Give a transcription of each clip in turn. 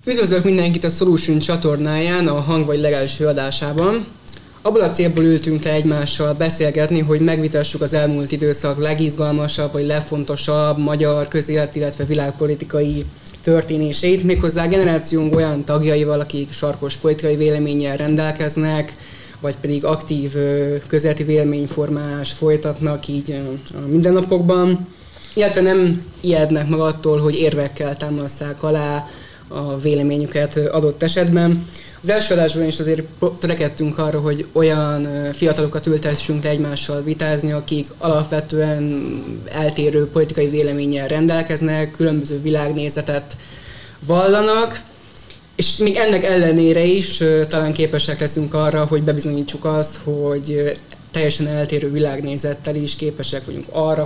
Üdvözlök mindenkit a Solution csatornáján, a Hang vagy Legális adásában. Abból a célból ültünk le egymással beszélgetni, hogy megvitassuk az elmúlt időszak legizgalmasabb vagy legfontosabb magyar közélet, illetve világpolitikai történéseit, méghozzá a generációnk olyan tagjaival, akik sarkos politikai véleménnyel rendelkeznek, vagy pedig aktív közéleti véleményformálást folytatnak így a mindennapokban, illetve nem ijednek meg attól, hogy érvekkel támasztják alá a véleményüket adott esetben. Az első adásban is azért törekedtünk arra, hogy olyan fiatalokat ültessünk le egymással vitázni, akik alapvetően eltérő politikai véleménnyel rendelkeznek, különböző világnézetet vallanak, és még ennek ellenére is talán képesek leszünk arra, hogy bebizonyítsuk azt, hogy teljesen eltérő világnézettel is képesek vagyunk arra,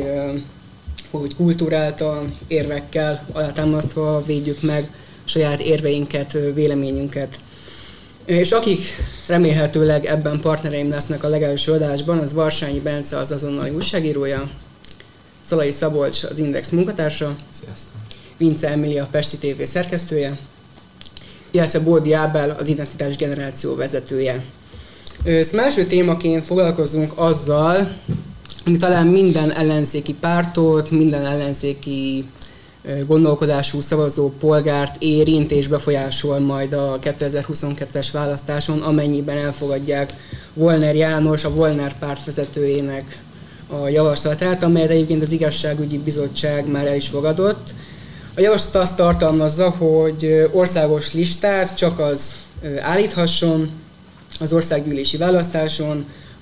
hogy kultúráltan, érvekkel alátámasztva védjük meg saját érveinket, véleményünket. És akik remélhetőleg ebben partnereim lesznek a legelső adásban, az Varsányi Bence, az Azonnali újságírója, Szalai Szabolcs, az Index munkatársa, Sziasztok. Vince Emilia, a Pesti TV szerkesztője, illetve Bódi Ábel, az Identitás Generáció vezetője. Szóval első témaként foglalkozunk azzal, ami talán minden ellenzéki pártot, minden ellenzéki gondolkodású szavazó polgárt érint és befolyásol majd a 2022-es választáson, amennyiben elfogadják Volner János, a Volner párt vezetőjének a javaslatát, amelyet egyébként az Igazságügyi Bizottság már el is fogadott. A javaslat azt tartalmazza, hogy országos listát csak az állíthasson az országgyűlési választáson, a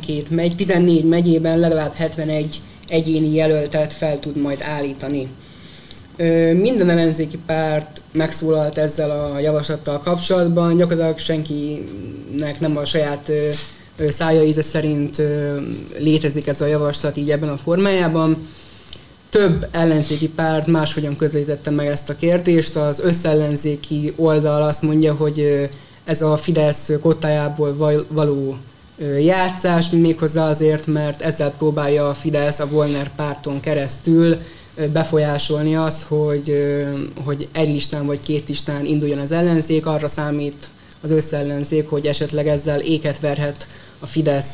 14 megyében legalább 71 egyéni jelöltet fel tud majd állítani. Minden ellenzéki párt megszólalt ezzel a javaslattal kapcsolatban, gyakorlatilag senkinek nem a saját szája íze szerint létezik ez a javaslat így ebben a formájában. Több ellenzéki párt máshogyan közelítette meg ezt a kérdést. Az összellenzéki oldal azt mondja, hogy ez a Fidesz kottájából való játszás, méghozzá azért, mert ezzel próbálja a Fidesz a Volner párton keresztül befolyásolni azt, hogy egy listán vagy két listán induljon az ellenzék. Arra számít az összellenzék, hogy esetleg ezzel éket verhet a Fidesz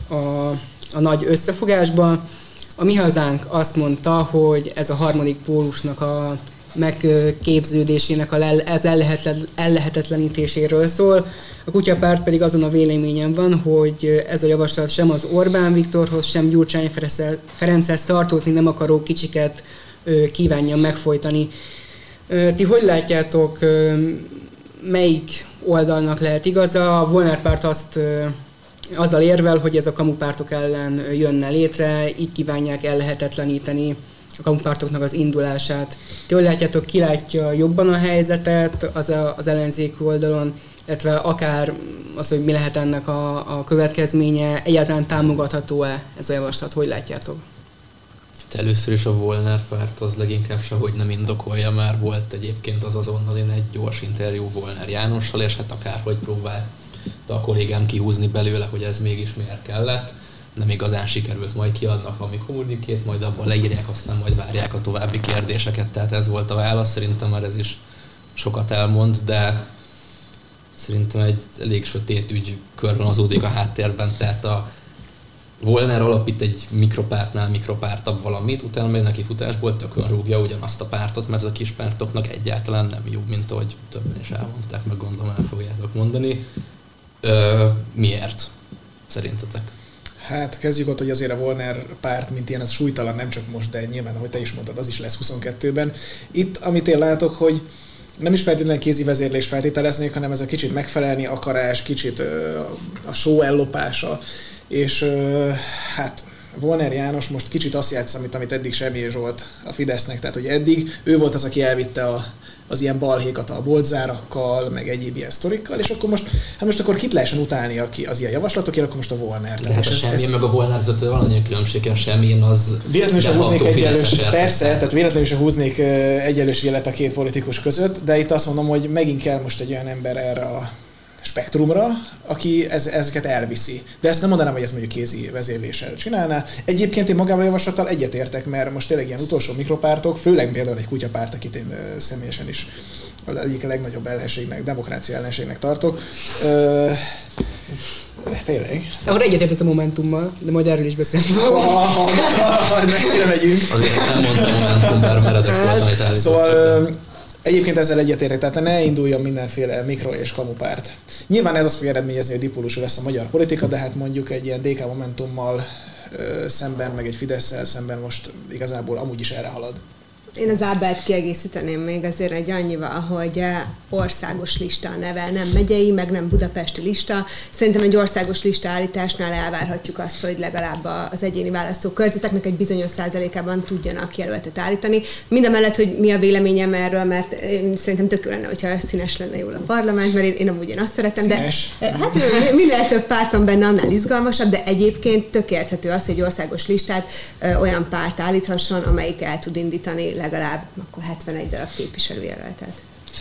a nagy összefogásba. A Mi Hazánk azt mondta, hogy ez a harmadik pólusnak a megképződésének ez ellehetetlenítéséről szól. A Kutyapárt pedig azon a véleményen van, hogy ez a javaslat sem az Orbán Viktorhoz, sem Gyurcsány Ferenchez tartozni nem akaró kicsiket kívánja megfojtani. Ti hogy látjátok, melyik oldalnak lehet igaza? A Volner párt azzal érvel, hogy ez a kamupártok ellen jönne létre, így kívánják ellehetetleníteni a kamupártoknak az indulását. Ti hogy látjátok, ki látja jobban a helyzetet az ellenzéki oldalon, illetve akár az, hogy mi lehet ennek a következménye, egyáltalán támogatható-e ez a javaslat, hogy látjátok? Először is a Volner párt az leginkább sehogy nem indokolja, már volt egyébként az Azonnalin egy gyors interjú Volner Jánossal, és hát akárhogy próbálta a kollégám kihúzni belőle, hogy ez mégis miért kellett. Nem igazán sikerült, majd kiadnak valami kommunikét, majd abban leírják, aztán majd várják a további kérdéseket, tehát ez volt a válasz. Szerintem már ez is sokat elmond, de szerintem egy elég sötét ügy körvonalazódik a háttérben, tehát a Volner alapít egy mikropártnál mikropártabb valamit, utána még neki futásból tökön rúgja ugyanazt a pártot, mert a kis pártoknak egyáltalán nem jó, mint ahogy többen is elmondták, meg gondolom el fogjátok mondani. Miért szerintetek? Hát kezdjük ott, hogy azért a Volner párt, mint ilyen, az súlytalan, nem csak most, de nyilván, ahogy te is mondtad, az is lesz 22-ben. Itt, amit én látok, hogy nem is feltétlenül kézi vezérlés feltételeznék, hanem ez a kicsit megfelelni akarás, kicsit a show ellopása, és hát Volner János most kicsit azt játsz, amit eddig Semjén Zsolt a Fidesznek, tehát hogy eddig ő volt az, aki elvitte az ilyen balhékat a boltzárakkal, meg egyéb ilyen sztorikkal, és akkor most akkor kit lehessen utálni az ilyen javaslatokért, akkor most a Volner. De hát a Semjén meg a Volner között valamilyen különbség, a Semjén az véletlenül sem húznék tehát véletlenül sem húznék egyenlőséget a két politikus között, de itt azt mondom, hogy megint kell most egy olyan ember erre a spektrumra, aki ezeket elviszi. De ezt nem mondanám, hogy ezt mondjuk kézi vezérléssel csinálná. Egyébként én magával a javaslattal egyetértek, mert most tényleg ilyen utolsó mikropártok, főleg például egy kutyapárt, akit én személyesen is egyik a legnagyobb ellenségnek, demokrácia ellenségnek tartok. Tényleg. Ahol egyetértesz a Momentummal, de majd erről is beszélünk. Messzire megyünk. Azért ezt nem mondtam Momentum, mert meredek volt, amit állítottak. Szóval egyébként ezzel egyetértek, tehát ne induljon mindenféle mikro- és kamupárt. Nyilván ez azt fog eredményezni, hogy dipólusú lesz a magyar politika, de hát mondjuk egy ilyen DK Momentummal szemben, meg egy Fidesszel szemben most igazából amúgy is erre halad. Én az Ábert kiegészíteném még azért egy annyival, hogy országos lista a neve, nem megyei, meg nem budapesti lista. Szerintem egy országos lista állításnál elvárhatjuk azt, hogy legalább az egyéni választókörzeteknek egy bizonyos százalékában tudjanak jelöltet állítani. Mindamellett, hogy mi a véleményem erről, mert én szerintem tök jó lenne, hogyha színes lenne jól a parlament, mert én amúgy azt szeretem, színes. De hát minél több párt van benne, annál izgalmasabb, de egyébként tök érthető az, hogy egy országos listát olyan párt állíthasson, amelyik el tud indítani legalább akkor 71 darab képviselőjelöltet.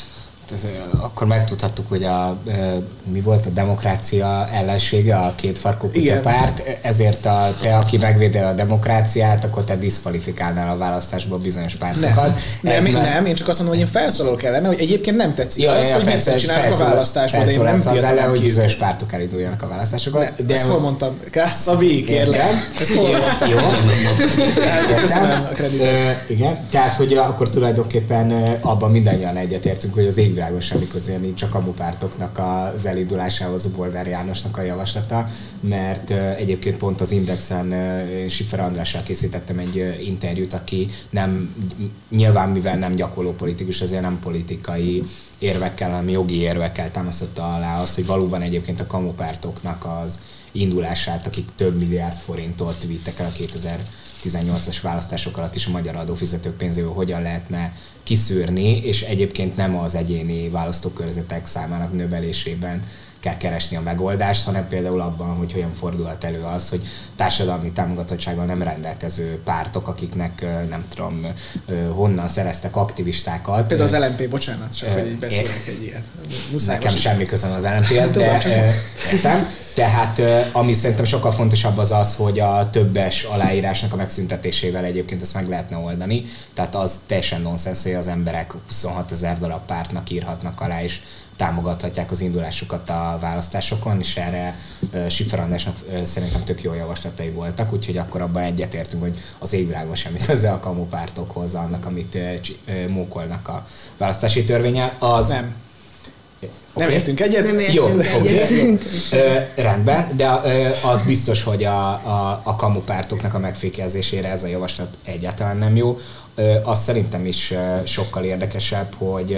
Akkor megtudhattuk, hogy mi volt a demokrácia ellensége, a kétfarkú kutyapárt, ezért te, aki megvédel a demokráciát, akkor te diszkvalifikálnál a választásból bizonyos pártokat. Nem, én csak azt mondom, hogy én felszólalok ellene, hogy egyébként nem tetszik az, hogy mit csinálnak a választásból, de én nem tiltom, hogy bizonyos pártok elinduljanak a választásokat. Ezt hol mondtam? Szabi, kérlek. Ezt hol mondtam? Jó. Köszönöm a kreditet. Igen, tehát hogy akkor tulajdonképpen abban mindannyian egyetértünk, hogy az égvilágon semmi köze nincs a kamupártoknak az elindulásához Bolgár Jánosnak a javaslata, mert egyébként pont az Indexen Schiffer Andrással készítettem egy interjút, aki nyilván mivel nem gyakorló politikus, ezért nem politikai érvekkel, hanem jogi érvekkel támasztotta alá azt, hogy valóban egyébként a kamupártoknak az indulását, akik több milliárd forintot vittek el a 2018-as választások alatt is a magyar adófizetők pénzéből, hogyan lehetne kiszűrni, és egyébként nem az egyéni választókörzetek számának növelésében kell keresni a megoldást, hanem például abban, hogy hogyan fordulhat elő az, hogy társadalmi támogatottsággal nem rendelkező pártok, akiknek nem tudom honnan szereztek aktivistákat. Például az LMP, bocsánat, csak hogy beszélek egy ilyet. Nekem semmi közöm az LMP-hez, de értem. Tehát ami szerintem sokkal fontosabb az az, hogy a többes aláírásnak a megszüntetésével egyébként ezt meg lehetne oldani. Tehát az teljesen nonsens, hogy az emberek 26 000 darab pártnak írhatnak alá, és támogathatják az indulásukat a választásokon, és erre Schiffer Andrásnak szerintem tök jó javaslatai voltak, úgyhogy akkor abban egyetértünk, hogy az égvilágon semmi köze a kamupártokhoz, annak, amit mókolnak a választási törvényel. Nem értünk egyet? Nem értünk egyet. Rendben, de az biztos, hogy a kamupártoknak a megfékezésére ez a javaslat egyáltalán nem jó. Az szerintem is sokkal érdekesebb, hogy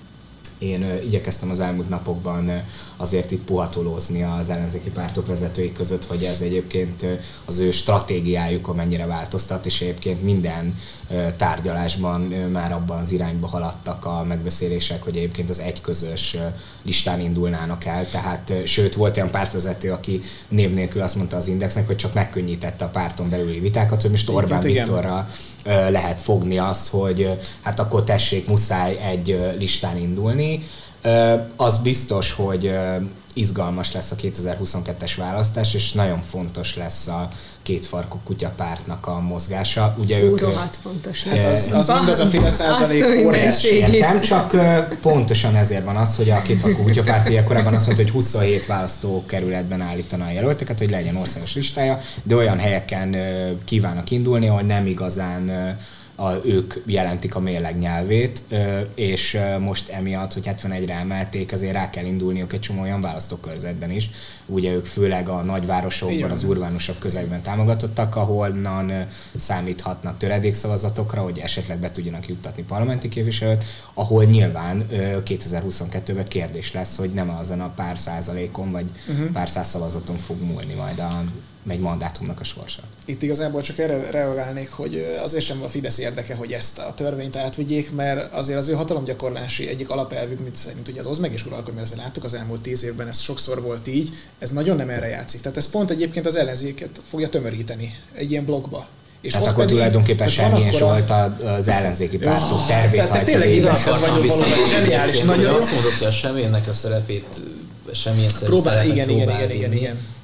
én igyekeztem az elmúlt napokban azért itt puhatolózni az ellenzéki pártok vezetői között, hogy ez egyébként az ő stratégiájukon mennyire változtat, és egyébként minden tárgyalásban már abban az irányba haladtak a megbeszélések, hogy egyébként az egy közös listán indulnának el. Tehát, sőt, volt olyan pártvezető, aki név nélkül azt mondta az Indexnek, hogy csak megkönnyítette a párton belüli vitákat, hogy most Orbán Viktorra lehet fogni azt, hogy hát akkor tessék, muszáj egy listán indulni. Az biztos, hogy izgalmas lesz a 2022-es választás, és nagyon fontos lesz a kétfarkú kutyapártnak a mozgása. Ugye ők... rohadt fontos lesz. Az mindaz a féle százalék óriási. Értem, csak pontosan ezért van az, hogy a kétfarkú kutyapárt ugye korábban azt mondta, hogy 27 választókerületben állítana a jelölteket, hogy legyen országos listája, de olyan helyeken kívánnak indulni, ahol nem igazán ők jelentik a mérleg nyelvét, és most emiatt, hogy 71-re emelték, azért rá kell indulniuk egy csomó olyan választókörzetben is. Ugye ők főleg a nagyvárosokban, az urbánusabb közegben támogatottak, ahonnan számíthatnak töredékszavazatokra, hogy esetleg be tudjanak juttatni parlamenti képviselőt, ahol nyilván 2022-ben kérdés lesz, hogy nem azon a pár százalékon, vagy pár száz szavazaton fog múlni majd egy mandátumnak a sorsa. Itt igazából csak erre reagálnék, hogy azért sem a Fidesz érdeke, hogy ezt a törvényt átvigyék, mert azért az ő hatalomgyakorlási egyik alapelvük, mint szerint ugye az oszd meg és uralkodj, mert ezt láttuk az elmúlt 10 évben, ez sokszor volt így, ez nagyon nem erre játszik. Tehát ez pont egyébként az ellenzéket fogja tömöríteni egy ilyen blokkba. És tehát akkor tulajdonképpen semmilyen is volt az ellenzéki pártok tervét hajtani. Tényleg igaz, ez vagyok valami zseniális. Nagyon azt mondod, hogy a semmilyennek a szerepét semmilyen szerepet igen.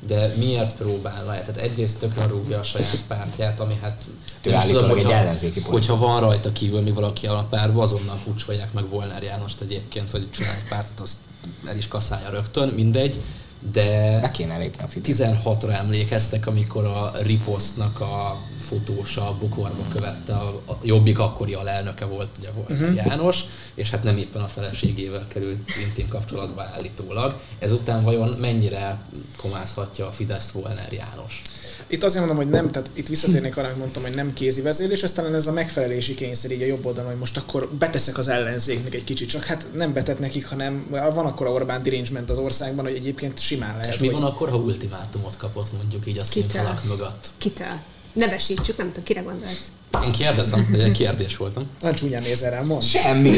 de miért próbálna? Tehát egyrészt tökre rúgja a saját pártját, ami hát... Állítólag egy ellenzéki politika. Hogyha van rajta kívül mi valaki a pártban, azonnal pucsolják meg Volner Jánost egyébként, hogy csinálj egy pártot, azt el is kaszálja rögtön, mindegy. De be kéne lépni a Fidesz. 16-ra emlékeztek, amikor a Riposztnak a fotósa Bukorba követte, a Jobbik akkori alelnöke volt ugye Volner János, és hát nem éppen a feleségével került intim kapcsolatba állítólag. Ezután vajon mennyire komázhatja a Fideszt Volner János? Itt azért mondom, hogy nem, tehát itt visszatérnék arra, hogy mondtam, hogy nem kézi vezérlés, aztán ez a megfelelési kényszer így a jobb oldalon, hogy most akkor beteszek az ellenzéknek egy kicsit, csak hát nem betett nekik, hanem van akkor a Orbán derangement az országban, hogy egyébként simán lehet. És mi van akkor, ha ultimátumot kapott mondjuk így a színfalak mögött? Kitől? Nevesítsük, nem tudom, kire gondolsz? Én kérdezem, ez egy kérdés voltam. Nem csúnyán nézel rám, mondd. Semmi.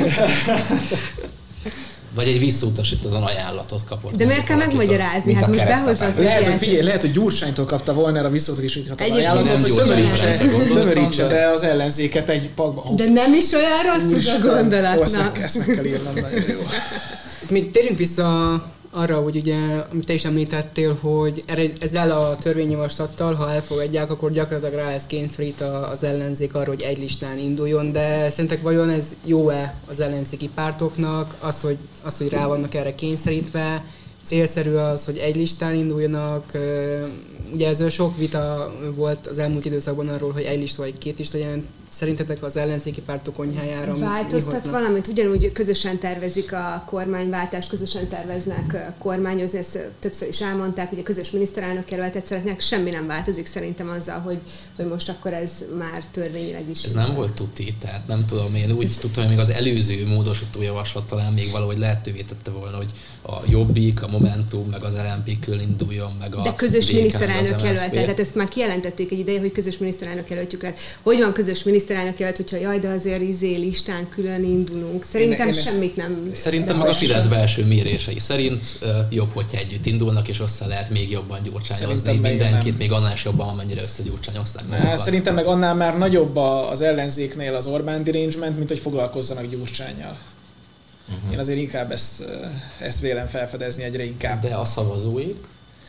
Vagy egy visszautasítatlan ajánlatot kapott. De miért kell megmagyarázni? Hát most behozott. Lehet, hogy Gyurcsánytól kapta volna a visszautasítatlan ajánlatot, hogy tömörítse be az ellenzéket egy pakba. De nem is olyan rossz az a gondolat. Ezt meg kell írnom, nagyon jó. Még térjünk vissza arra, hogy ugye, amit te is említettél, hogy ezzel a törvényjavaslattal, ha elfogadják, akkor gyakorlatilag rá lesz kényszerít az ellenzék arra, hogy egy listán induljon, de szerintek vajon ez jó-e az ellenzéki pártoknak, az, hogy rá vannak erre kényszerítve, célszerű az, hogy egy listán induljanak, ugye ezzel sok vita volt az elmúlt időszakban arról, hogy egy lista vagy két lista legyen. Szerintetek az ellenzéki pártok konyhájára változtat valamit? Ugyanúgy közösen tervezik a kormányváltást, közösen terveznek kormányozni, ezt többször is elmondták, hogy a közös miniszterelnök jelöltet szeretnek, semmi nem változik szerintem azzal, hogy most akkor ez már törvényileg is. Ez nem volt tuti, tehát nem tudom, én úgy tudtam, hogy még az előző módosító javaslat talán még valahogy lehetővé tette volna, hogy a Jobbik, a Momentum, meg az LMP külön induljon, meg a de közös miniszterelnök jelölt, MSZP. tehát ezt már kijelentették egy ideje, hogy közös miniszterelnök jelöltjük lett. Hogy van közös miniszterelnök jelölt, hogyha jaj, de azért listán külön indulunk. Szerintem semmit nem... Szerintem a Fidesz belső mérései szerint jobb, hogyha együtt indulnak, és össze lehet még jobban gyurcsányozni mindenkit, még annál is jobban, amennyire összegyurcsányozták magukat. Szerintem meg annál már nagyobb az ellenzéknél az Orbán derangement, mint hogy foglalkozzanak Gyurcsánnyal. Én azért inkább ezt vélem felfedezni egyre inkább. De a szavazóik,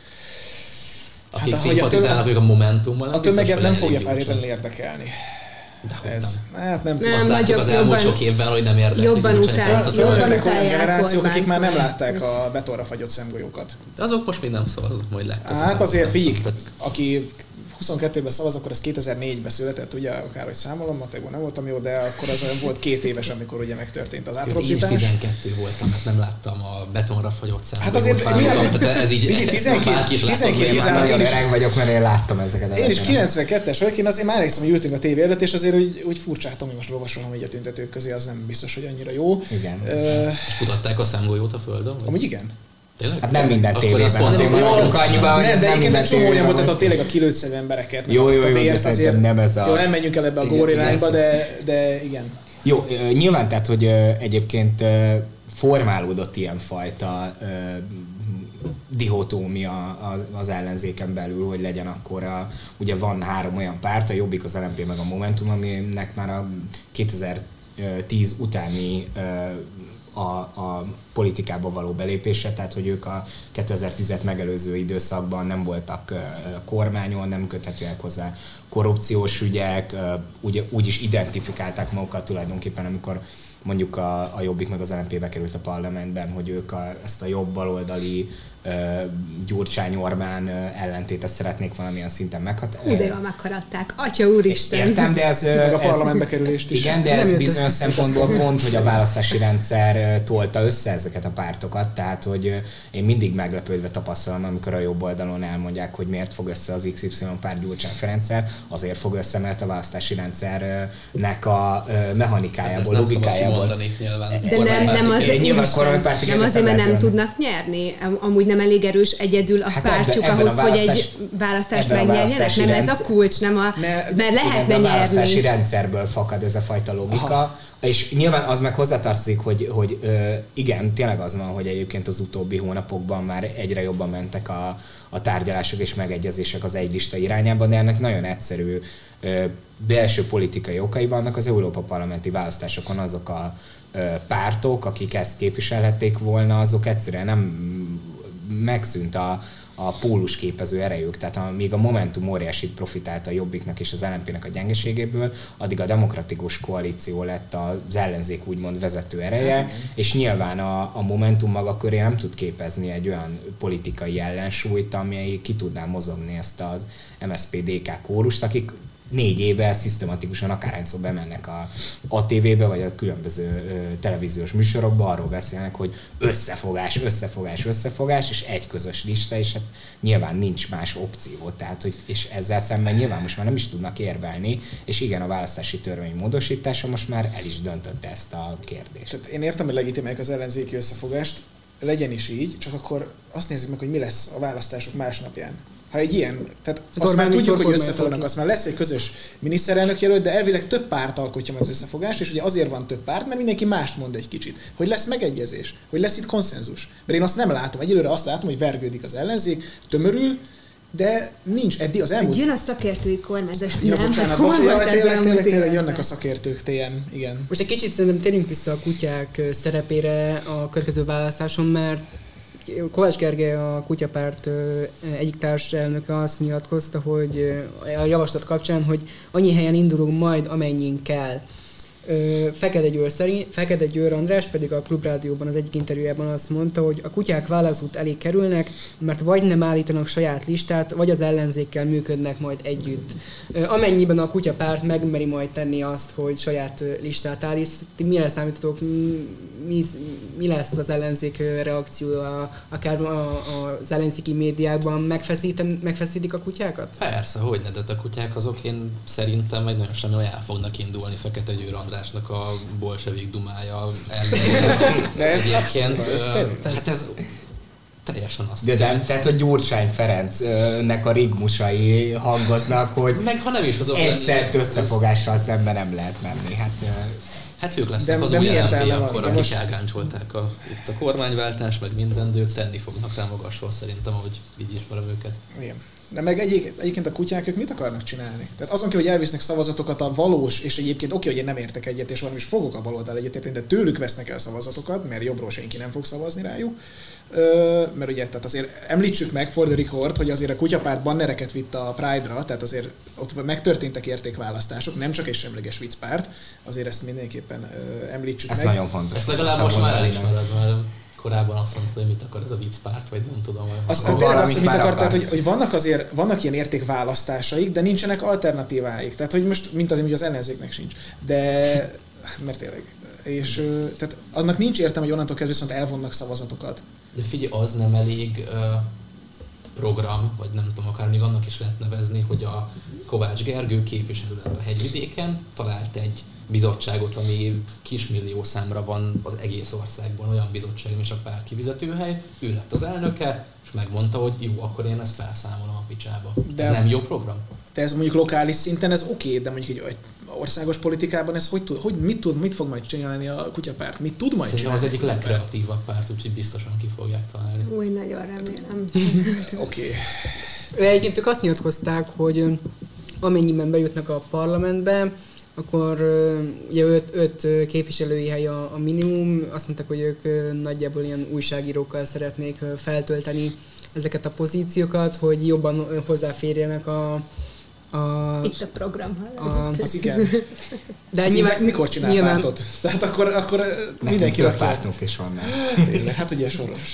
akik szimpatizálnak a Momentummal, a tömeget nem fogja feltétlenül érdekelni. De ez. Hát nem tudom. Azt látjuk az elmúlt sok évben, hogy nem érdekli. Jobban utálják olyan generációk, akik már nem látták a betonra fagyott szemgolyókat. De azok most még nem szavaznak majd legközelebb. Hát azért figyelj, aki 22-ben szavaz, akkor ez 2004-ben született, ugye akárhogy számolom, matekban nem voltam jó, de akkor az olyan volt 2 éves, amikor ugye megtörtént az atrocitás. Én is 12 voltam, hát nem láttam a betonra fagyott számot. Hát azért tehát ez így 12 nagyon öreg vagyok, mert én láttam ezeket. Én is 92-es vagyok, én azért már emlékszem, hogy ültünk a tévé előtt, és azért úgy furcsáltam, hogy most lovasolom így a tüntetők közé, az nem biztos, hogy annyira jó. Igen. És kutatták a szemgolyót a földön? Amúgy igen. Tényleg? Hát nem minden tévében, azért maradjunk annyiban, hogy ez nem minden tévében volt, tehát tényleg a kilőtszerű embereket. Jó, azért nem ez a... Jó, nem menjünk el ebbe a górirányba, de igen. Jó, nyilván tehát, hogy egyébként formálódott ilyenfajta dihotómia az ellenzéken belül, hogy legyen akkor ugye van 3 olyan párt, a Jobbik, az LMP meg a Momentum, aminek már a 2010 utáni a politikába való belépése, tehát hogy ők a 2010-et megelőző időszakban nem voltak kormányon, nem köthetőek hozzá korrupciós ügyek, úgy is identifikálták magukat tulajdonképpen, amikor mondjuk a Jobbik meg az LMP bekerült a parlamentben, hogy ők ezt a jobb baloldali Gyurcsány-Orbán ellentétet szeretnék valamilyen szinten meghatározni. De jól megharadták, Atya úristen! Értem, de ez... Meg a parlamentbe kerülést is. Igen, de ez bizonyos szempontból pont, hogy a választási rendszer tolta össze ezeket a pártokat, tehát hogy én mindig meglepődve tapasztalom, amikor a jobb oldalon elmondják, hogy miért fog össze az XY párt Gyurcsány Ferenccel, azért fog össze, mert a választási rendszernek a mechanikájából, logikájából. De nem azért, mert nem tudnak nyerni. Amúgy nem elég erős egyedül a pártjuk ahhoz, hogy egy választást megnyerjenek? Nem ez a kulcs, mert lehetne nyerni. A választási rendszerből fakad ez a fajta logika. Aha. És nyilván az meg hozzátartozik, hogy igen, tényleg az van, hogy egyébként az utóbbi hónapokban már egyre jobban mentek a tárgyalások és megegyezések az egylista irányában, de ennek nagyon egyszerű belső politikai okai vannak. Az Európa parlamenti választásokon azok a pártok, akik ezt képviselhették volna, azok egyszerűen nem megszűnt a pólus képező erejük, tehát még a Momentum óriásit profitált a Jobbiknak és az LMP-nek a gyengeségéből, addig a demokratikus koalíció lett az ellenzék úgymond vezető ereje, és nyilván a Momentum maga köré nem tud képezni egy olyan politikai ellensúlyt, ami ki tudná mozogni ezt az MSZP-DK kórust, akik 4 éve szisztematikusan akárhányszor bemennek a ATV-be, vagy a különböző televíziós műsorokba, arról beszélnek, hogy összefogás, és egy közös lista, és hát nyilván nincs más opció, tehát, hogy, és ezzel szemben nyilván most már nem is tudnak érvelni, és igen, a választási törvény módosítása most már el is döntötte ezt a kérdést. Tehát én értem, hogy legitimálják az ellenzéki összefogást, legyen is így, csak akkor azt nézzük meg, hogy mi lesz a választások másnapján. Ha egy ilyen, tehát azt már tudjuk, hogy összefognak, azt már lesz egy közös miniszterelnök jelölt, de elvileg több párt alkotja meg az összefogást, és ugye azért van több párt, mert mindenki mást mond egy kicsit. Hogy lesz megegyezés, hogy lesz itt konszenzus. Mert én azt nem látom, egyelőre azt látom, hogy vergődik az ellenzék, tömörül, de nincs eddig az elmúlt... Jön a szakértői kormányzás, ja, nem? Bocsánat, tényleg jönnek a szakértők, igen. Most egy kicsit szerintem térjünk vissza a kutyák szerepére a következő választáson, mert Kovács Gergely, a Kutyapárt egyik társelnöke azt nyilatkozta, hogy a javaslat kapcsán, hogy annyi helyen indulunk majd, amennyin kell. Fekete Győr András pedig a Klubrádióban az egyik interjújában azt mondta, hogy a kutyák válaszút elé kerülnek, mert vagy nem állítanak saját listát, vagy az ellenzékkel működnek majd együtt. Amennyiben a Kutyapárt megmeri majd tenni azt, hogy saját listát állít, mire számítotok, mi lesz az ellenzék reakciója, akár az ellenzéki médiákban megfeszítik a kutyákat? Persze, hogyne, de a kutyák azok én szerintem egy nagyon semmi el fognak indulni Fekete Győr Andrásnak a bolsevik dumája egyébként. Hát ez teljesen azt. Tehát, hogy Gyurcsány Ferencnek a rigmusai hangoznak, hogy meg ha nem is azok egyszer összefogással szemben nem lehet menni. Hát ők lesznek az új LMP akkor, akik elgáncsolták itt a kormányváltás, meg mindent, ők tenni fognak rá magasról szerintem, ahogy így ismerem őket. Igen. De meg egyébként a kutyák, ők mit akarnak csinálni? Tehát azon kívül, hogy elvisznek szavazatokat a valós, és egyébként oké, hogy én nem értek egyet, és valami is fogok a baloldal egyetérteni, de tőlük vesznek el szavazatokat, mert jobbról senki nem fog szavazni rájuk. Mert ugye, tehát azért említsük meg for the record, hogy azért a Kutyapárt bannereket vitt a Pride-ra, tehát azért ott megtörténtek értékválasztások, nem csak egy semleges viccpárt, azért ezt mindenképpen említsük meg. Ez nagyon fontos. Ezt legalább most már elismered, mert korábban azt mondta, hogy mit akar ez a viccpárt, vagy nem tudom. Tényleg azt, hogy mit akar, tehát, hogy vannak ilyen értékválasztásaik, de nincsenek alternatíváik. Tehát, hogy most, mint azért, hogy az ellenzéknek sincs. De, mert tényleg. És tehát annak nincs értelme, hogy onnantól kezdve viszont elvonnak szavazatokat. De figyelj, az nem elég program, vagy nem tudom, akár még annak is lehet nevezni, hogy a Kovács Gergő képviselő lett a Hegyvidéken, talált egy bizottságot, ami kismillió számra van az egész országban, olyan bizottság, és a párt kifizetőhely, ő lett az elnöke, és megmondta, hogy jó, akkor én ezt felszámolom a picsába. De ez nem jó program? De ez mondjuk lokális szinten ez oké, de mondjuk egy országos politikában ez mit fog majd csinálni a Kutyapárt? Mit tud majd Szerintem csinálni? az egyik legkreatívabb párt, úgyhogy biztosan ki fogják találni. Új, nagyon remélem. Oké. Egyébként ők azt nyilatkozták, hogy amennyiben bejutnak a parlamentbe, akkor ugye 5 képviselői hely a minimum. Azt mondták, hogy ők nagyjából ilyen újságírókkal szeretnék feltölteni ezeket a pozíciókat, hogy jobban hozzáférjenek itt a program. Az igen. De nyilván, mikor csinál pártot? Tehát akkor mindenki rakja. Pártunk is van. Tényleg, hát ugye soros.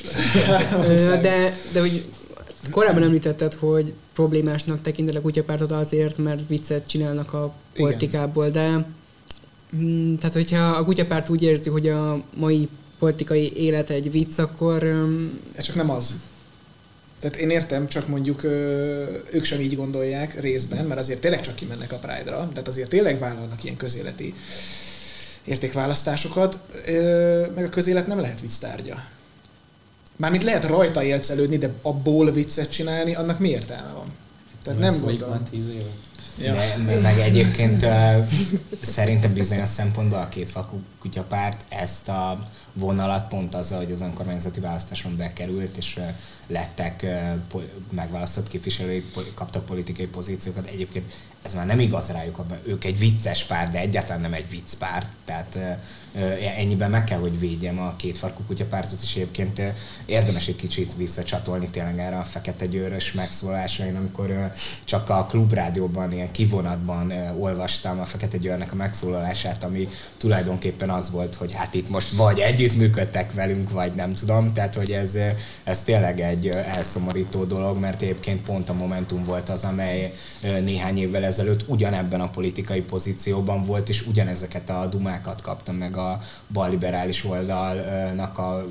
De hogy korábban említetted, hogy problémásnak tekinted a Kutyapártot azért, mert viccet csinálnak a politikából, de tehát hogyha a Kutyapárt úgy érzi, hogy a mai politikai élet egy vicc, akkor... Ez csak nem az. Tehát én értem, csak mondjuk ők sem így gondolják részben, mert azért tényleg csak kimennek a Pride-ra, tehát azért tényleg vállalnak ilyen közéleti értékválasztásokat, meg a közélet nem lehet vicc tárgya. Mármint lehet rajta élcelődni, de abból viccet csinálni, annak mi értelme van? Tehát nem gondolom. 10 éve. Ja. Meg egyébként szerintem bizonyos szempontból a Kétfalú Kutyapárt ezt a vonalat pont azzal, hogy az önkormányzati választáson bekerült, és lettek megválasztott képviselők, kaptak politikai pozíciókat. Egyébként ez már nem igaz rájuk, ők egy vicces párt, de egyáltalán nem egy vicc párt. Tehát ennyiben meg kell, hogy védjem a kétfarkú kutyapártot, és egyébként érdemes egy kicsit visszacsatolni tényleg erre a Fekete Győrös megszólalásain, amikor csak a Klubrádióban, ilyen kivonatban olvastam a Fekete Győrnek a megszólalását, ami tulajdonképpen az volt, hogy hát itt most vagy együttműködtek velünk, vagy nem tudom, tehát hogy ez tényleg egy elszomorító dolog, mert egyébként pont a Momentum volt az, amely néhány évvel ezelőtt ugyanebben a politikai pozícióban volt, és ugyanezeket a dumákat kapta meg a balliberális oldalnak a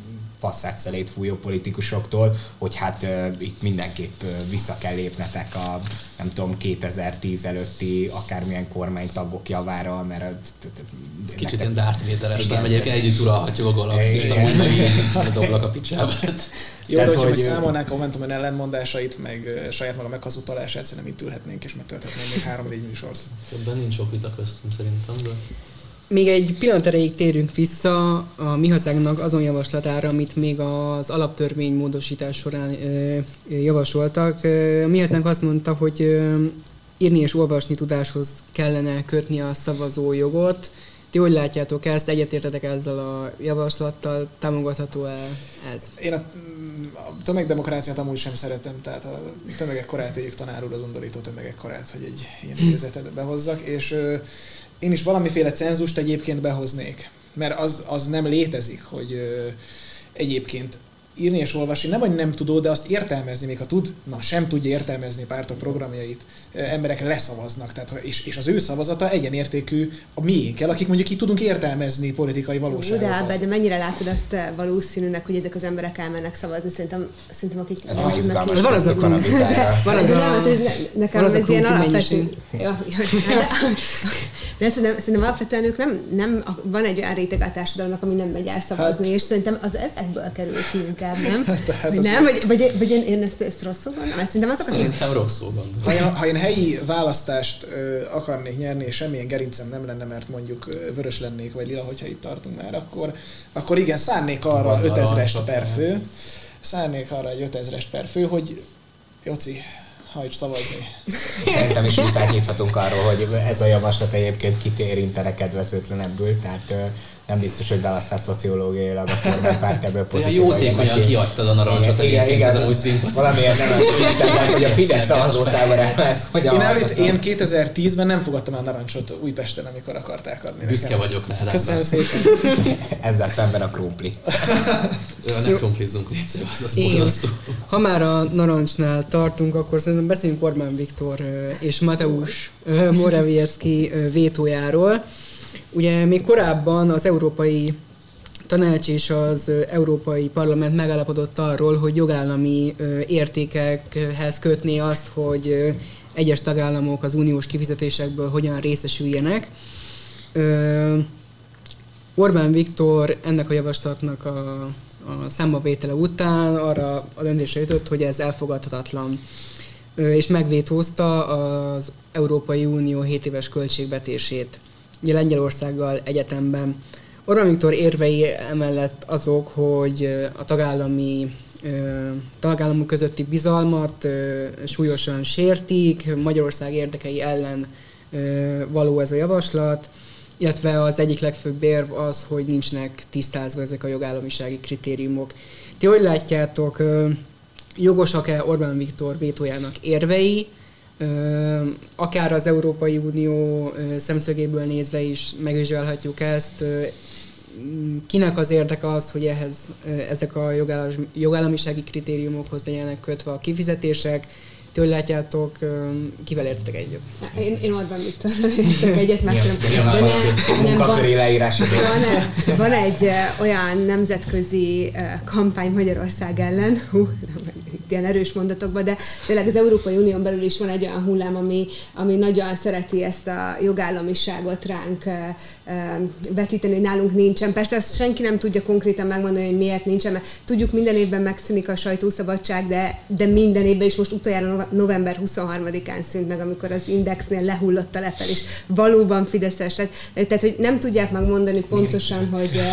passzát fújó politikusoktól, hogy hát itt mindenképp vissza kell lépnetek a, nem tudom, 2010 előtti akármilyen kormánytagok javára, mert ez kicsit ilyen Darth Vader-es, nem egyébként együtt uralhatjuk a galaxist, amúgy meg így doblak a picsában. Jó, de hogyha számolnánk a Momentum ellenmondásait, meg saját maga meghazutalását, szerintem itt ülhetnénk és megtölthetnénk még 3-4 műsort. Ebben nincs sok vita köztünk szerintem, de... Még egy pillanat erejéig térünk vissza a Mi Hazánknak azon javaslatára, amit még az alaptörvény módosítás során javasoltak. A Mi Hazánk azt mondta, hogy írni és olvasni tudáshoz kellene kötni a szavazójogot. Ti hogy látjátok ezt? Egyetértetek ezzel a javaslattal? Támogatható-e ez? Én a tömegdemokráciát amúgy sem szeretem, tehát a tömegek korát éljük, tanár úr, az undorító tömegek korát, hogy egy ilyen idézetet behozzak, és én is valamiféle cenzust egyébként behoznék, mert az nem létezik, hogy egyébként írni és olvasni, nem, hogy nem tudó, de azt értelmezni, még ha tud, sem tudja értelmezni pártok programjait, emberek leszavaznak, tehát, és az ő szavazata egyenértékű a miénkkel, akik mondjuk így tudunk értelmezni politikai valóságokat. De mennyire látod azt valószínűnek, hogy ezek az emberek elmennek szavazni? Szerintem akik ez nem tudnak... Ez van az a nekem ez ilyen alapvető... De szerintem alapvetően ők nem van egy olyan réteg a társadalomnak, ami nem megy el szavazni, és szerintem az ezekből kerül ki inkább, nem? Vagy én ezt rosszul gondolom? Szerintem azok, szerintem rosszul gondolom. Ha én helyi választást akarnék nyerni, és semmilyen gerincem nem lenne, mert mondjuk vörös lennék, vagy lila, hogyha itt tartunk már, akkor igen, szánnék arra 5000-est per fő. Szánnék arra egy 5000-est per fő, hogy Joci, hajts szavazni. Szerintem is vitát nyithatunk arról, hogy ez a javaslat egyébként kit érintene kedvezőtlenebbül, tehát nem biztos, hogy választás szociológiailag a kormánypárt ebből pozitív. Jótékonyan kiadtad a narancsot, igen, ez amúgy szimpatikus. Valamiért nem az, hogy a Fidesz szavazótábora lesz. Én 2010-ben nem fogadtam el a narancsot Újpesten, amikor akarták adni. Büszke vagyok rá. Köszönöm szépen. Ezzel szemben a krumpli. Ne krumplizzunk, légy az borzasztó. Ha már a narancsnál tartunk, akkor szerintem beszéljünk Orbán Viktor és Mateusz Morawiecki vétójáról. Ugye még korábban az Európai Tanács és az Európai Parlament megállapodott arról, hogy jogállami értékekhez kötné azt, hogy egyes tagállamok az uniós kifizetésekből hogyan részesüljenek. Orbán Viktor ennek a javaslatnak a számbavétele után arra a döntésre jutott, hogy ez elfogadhatatlan, és megvétózta az Európai Unió 7 éves költségvetését Lengyelországgal egyetemben. Orbán Viktor érvei emellett azok, hogy a tagállamok közötti bizalmat súlyosan sértik, Magyarország érdekei ellen való ez a javaslat, illetve az egyik legfőbb érv az, hogy nincsenek tisztázva ezek a jogállamisági kritériumok. Ti hogy látjátok, jogosak-e Orbán Viktor vétójának érvei, akár az Európai Unió szemszögéből nézve is megvizsgálhatjuk ezt, kinek az érdeke az, hogy ezek a jogállamisági kritériumokhoz legyenek kötve a kifizetések. Ti hogy látjátok, kivel értetek egyet? Én Orbán Viktorral értek egyet, mert van egy olyan nemzetközi kampány Magyarország ellen, itt ilyen erős mondatokba, de tényleg az Európai Unión belül is van egy olyan hullám, ami nagyon szereti ezt a jogállamiságot ránk vetíteni, hogy nálunk nincsen. Persze ezt senki nem tudja konkrétan megmondani, hogy miért nincsen, mert tudjuk, minden évben megszűnik a sajtószabadság, de minden évben is most utoljára november 23-án szűnt meg, amikor az Indexnél lehullott a lepel, és valóban fideszes lett. Tehát, hogy nem tudják megmondani pontosan,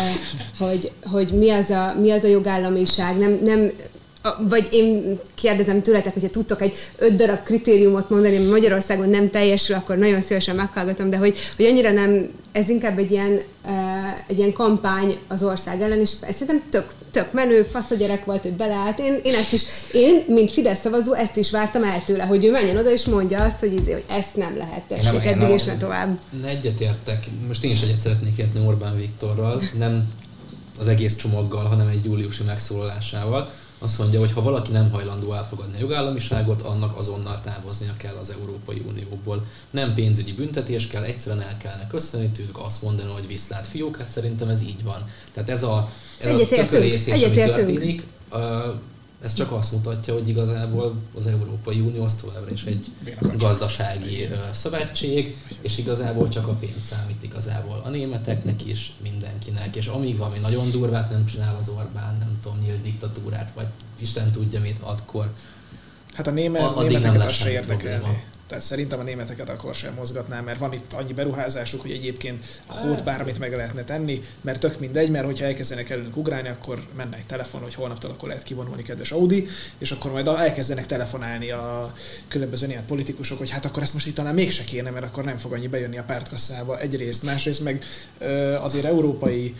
hogy mi az a jogállamiság, nem vagy én kérdezem tőletek, hogyha tudtok egy 5 darab kritériumot mondani, ami Magyarországon nem teljesül, akkor nagyon szívesen meghallgatom, de hogy annyira nem, ez inkább egy ilyen kampány az ország ellen, és szerintem tök menő, fasz a gyerek volt, hogy beleállt. Én, mint Fidesz szavazó, ezt is vártam el tőle, hogy ő menjen oda, és mondja azt, hogy ezt nem lehet, tessék, eddig és ne tovább. Egyetértek. Most én is egyet szeretnék érteni Orbán Viktorral, nem az egész csomaggal, hanem egy júliusi megszólalásával. Azt mondja, hogy ha valaki nem hajlandó elfogadni a jogállamiságot, annak azonnal távoznia kell az Európai Unióból. Nem pénzügyi büntetés kell, egyszerűen el kellene köszönni tőlük, azt mondani, hogy viszlát fiók, hát szerintem ez így van. Tehát ez a tökörészés, ami történik, ez csak azt mutatja, hogy igazából az Európai Unió az továbbra is egy gazdasági szövetség, és igazából csak a pénz számít igazából a németeknek is, mindenkinek, és amíg valami nagyon durvát nem csinál az Orbán, nem tudom, nyílt diktatúrát, vagy Isten tudja mit, akkor hát a németeket az se érdekelni. Tehát szerintem a németeket akkor sem mozgatná, mert van itt annyi beruházásuk, hogy egyébként a hót bármit meg lehetne tenni, mert tök mindegy, mert hogyha elkezdenek előnünk ugrálni, akkor menne egy telefon, hogy holnaptól akkor lehet kivonulni, kedves Audi, és akkor majd elkezdenek telefonálni a különböző német politikusok, hogy hát akkor ezt most itt talán mégse kéne, mert akkor nem fog annyi bejönni a pártkasszába egyrészt, másrészt meg azért európai...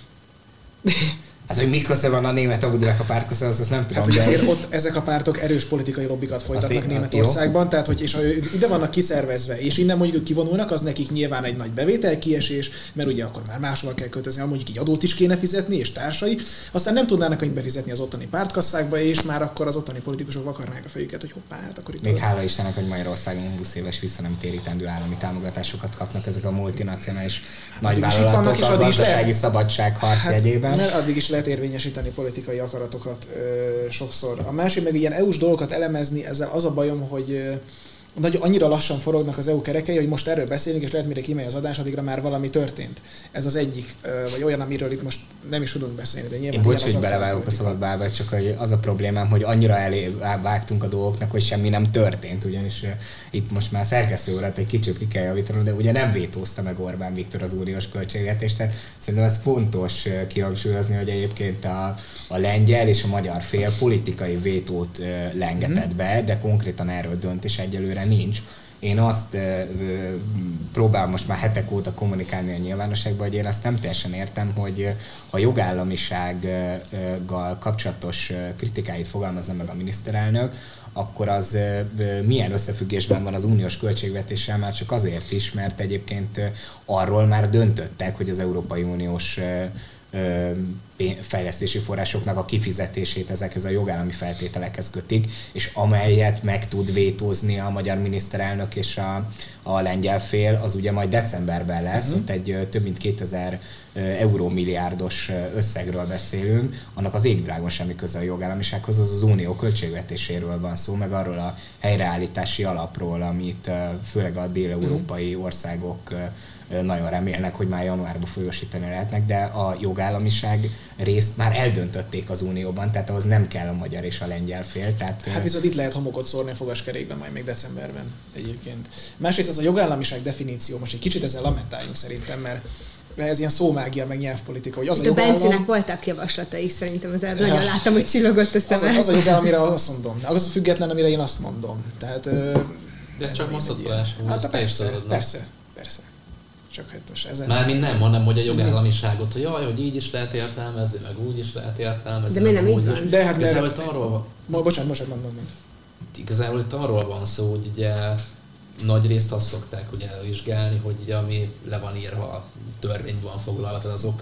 Hát, hogy mi köze van a német Audinak a pártközához, azt nem tudom. Hát, hogy azért ott ezek a pártok erős politikai lobbikat folytatnak Németországban, tehát hogy és ha ide vannak kiszervezve, és innen mondjuk ők kivonulnak, az nekik nyilván egy nagy bevételkiesés, mert ugye akkor már máshol kell költözni, mondjuk így adót is kéne fizetni, és társai, aztán nem tudnának annyit befizetni az ottani pártkasszákba, és már akkor az ottani politikusok vakarnák a fejüket, hogy hoppá, hát akkor itt... Még hála Istennek, hogy Magyarországon 20 éves vissza nem térítendő állami támogatásokat kapnak ezek a multinacionális nagyvállalatok a gazdasági szabadságharc jegyében. Addig is lehet érvényesíteni politikai akaratokat sokszor. A másik meg ilyen EU-s dolgokat elemezni, ezzel az a bajom, hogy annyira lassan forognak az EU kerekei, hogy most erről beszélünk, és lehet, mire kimegy az adás, addigra már valami történt. Ez az egyik, vagy olyan, amiről itt most nem is tudunk beszélni, de nyilván... Bocs, hogy belevágok a szabadbába, csak hogy az a problémám, hogy annyira vágtunk a dolgoknak, hogy semmi nem történt, ugyanis itt most már szerkesztő urat egy kicsit ki kell javítani, de ugye nem vétózta meg Orbán Viktor az uniós költségvetést, tehát szerintem ez fontos kihangsúlyozni, hogy egyébként a lengyel és a magyar fél politikai vétót lengetett be, de konkrétan erről döntés egyelőre nincs. Én azt próbálom most már hetek óta kommunikálni a nyilvánosságban, hogy én azt nem teljesen értem, hogy a jogállamisággal kapcsolatos kritikáit fogalmazza meg a miniszterelnök, akkor az milyen összefüggésben van az uniós költségvetéssel, már csak azért is, mert egyébként arról már döntöttek, hogy az Európai Uniós fejlesztési forrásoknak a kifizetését ezekhez a jogállami feltételekhez kötik, és amelyet meg tud vétózni a magyar miniszterelnök és a lengyel fél, az ugye majd decemberben lesz, ott egy több mint 2000 eurómilliárdos összegről beszélünk, annak az égvilágon semmi köze a jogállamisághoz, az unió költségvetéséről van szó, meg arról a helyreállítási alapról, amit főleg a dél-európai országok nagyon remélnek, hogy már januárban folyósítani lehetnek, de a jogállamiság részt már eldöntötték az Unióban, tehát ahhoz nem kell a magyar és a lengyel fél. Tehát, hát viszont itt lehet homokot szórni a fogaskerékben majd még decemberben egyébként. Másrészt az a jogállamiság definíció, most egy kicsit ezzel lamentáljunk szerintem, mert ez ilyen szómágia, meg nyelvpolitika, hogy az a jogállam... Bencinek voltak javaslatai szerintem, az nagyon láttam, hogy csillogott a szeme. Az a jogállam, amire azt mondom, az a független, amire én azt mondom. Tehát, de ez csak masszatolás. Hát persze. Csak hát most ezen... Mármint nem, hanem hogy a jogállamiságot, hogy jaj, hogy így is lehet értelmezni, meg úgy is lehet értelmezni. De miért nem így van? De hát igazából itt arról van... Bocsánat, mondom. Igazából itt arról van szó, hogy ugye nagy részt azt szokták ugye vizsgálni, hogy ugye ami le van írva a törvényben van foglalva, tehát azok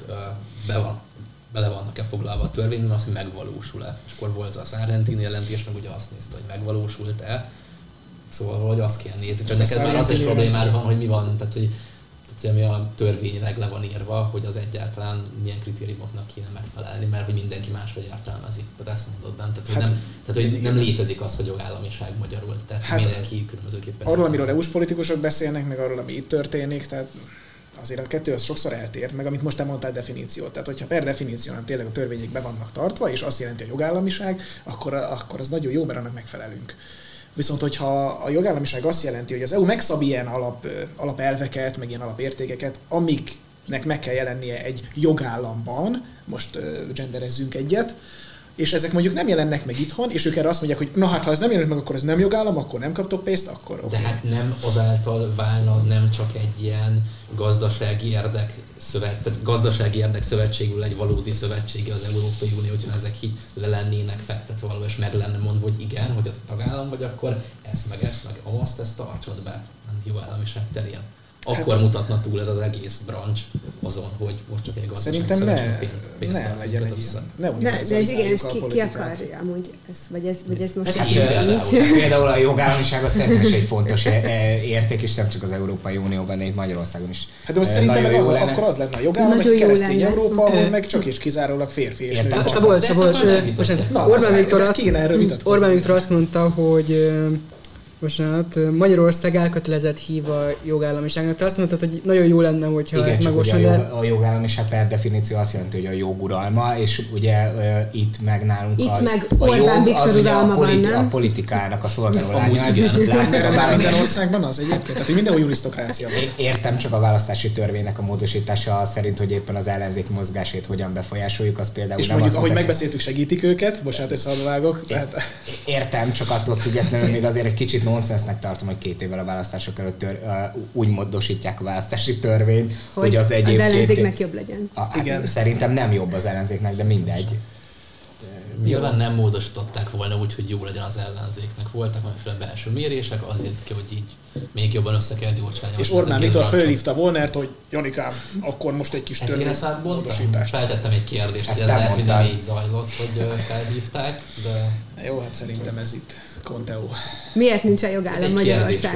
bele vannak-e foglalva a törvényben, azt, hogy megvalósul-e. És akkor volt az Argentin jelentés, meg ugye azt nézte, hogy megvalósult-e. Szóval valahogy azt kell nézni. Csak neked már az is problémád van, hogy mi van, tehát hogy Tehát ami a törvényileg le van írva, hogy az egyáltalán milyen kritériumoknak kéne megfelelni, mert hogy mindenki máshogy értelmezi. Tehát ezt mondod, nem? Tehát, hogy nem létezik az, hogy jogállamiság magyarul. Tehát mindenki különbözőképpen. Arról, amiről EU-s politikusok beszélnek, meg arról, ami itt történik, tehát azért a kettő az sokszor eltér, meg amit most te mondtál definíciót. Tehát, hogyha per definíció nem tényleg a törvények be vannak tartva, és azt jelenti a jogállamiság, akkor az nagyon jó, mert annak megfelelünk. Viszont, hogyha a jogállamiság azt jelenti, hogy az EU megszab ilyen alapelveket, meg ilyen alapértékeket, amiknek meg kell jelennie egy jogállamban, most genderezzünk egyet, és ezek mondjuk nem jelennek meg itthon, és ők erre azt mondják, hogy na hát, ha ez nem jelenik meg, akkor ez nem jogállam, akkor nem kaptok pénzt, akkor okay. De hát nem azáltal válna nem csak egy ilyen gazdasági érdek szövetségül egy valódi szövetségi az Európai Unió, hogyha ezek így le lennének fektetve való, és meg lenne mondva, hogy igen, hogy a tagállam vagy, akkor ezt meg azt tartsod be, jogállamiság terén. Akkor mutatna túl ez az egész branch azon, hogy most csak egy gazdaság pénzt ne legyen egy ilyen. De ez igen, és ki akarja amúgy vagy ez most... Például a jogállamiság az szerintem egy fontos érték, és nem csak az Európai Unióban, de itt Magyarországon is. Hát de most szerintem akkor az lenne a jogállam, egy keresztény Európa, ahol meg csak és kizárólag férfi és nő. Szabolcs, Orbán Viktor azt mondta, hogy Magyarország elkötelezett hív a jogállamiságnak. Te azt mondtad, hogy nagyon jó lenne, hogyha igen, ez megvalósul, de... a jogállamiság per definíció azt jelenti, hogy a jog uralma, és ugye itt meg nálunk meg Orbán Viktor uralma van, nem? A politikának a szolgálólánya. Minden országban az egyébként, tehát mindenhol jurisztokrácia van. Értem, csak a választási törvénynek a módosítása szerint, hogy éppen az ellenzék mozgását hogyan befolyásoljuk, az például és nem mondjuk, az, ahogy megbeszéltük, segítik őket, bocsánat, ezt vágok. Értem, csak attól függetlenül még azért egy kicsit nonsensnek tartom, hogy 2 évvel a választások előtt úgy módosítják a választási törvényt, hogy az egyébként... Az ellenzéknek jobb legyen. Igen. Szerintem nem jobb az ellenzéknek, de mindegy. Nyilván nem módosították volna úgy, hogy jó legyen az ellenzéknek. Voltak mindenféle belső mérések, az jött ki, hogy így még jobban össze kell gyorsulni. És Orbán Viktor fölhívta Volnert, hogy Janikám, akkor most egy kis törvénymódosítást. Feltettem egy kérdést, hogy ez lehet, hogy nem így zajlott, hogy felhívták, de... Jó, hát szerintem ez itt Conteo. Miért nincs a jogállam Magyarországon?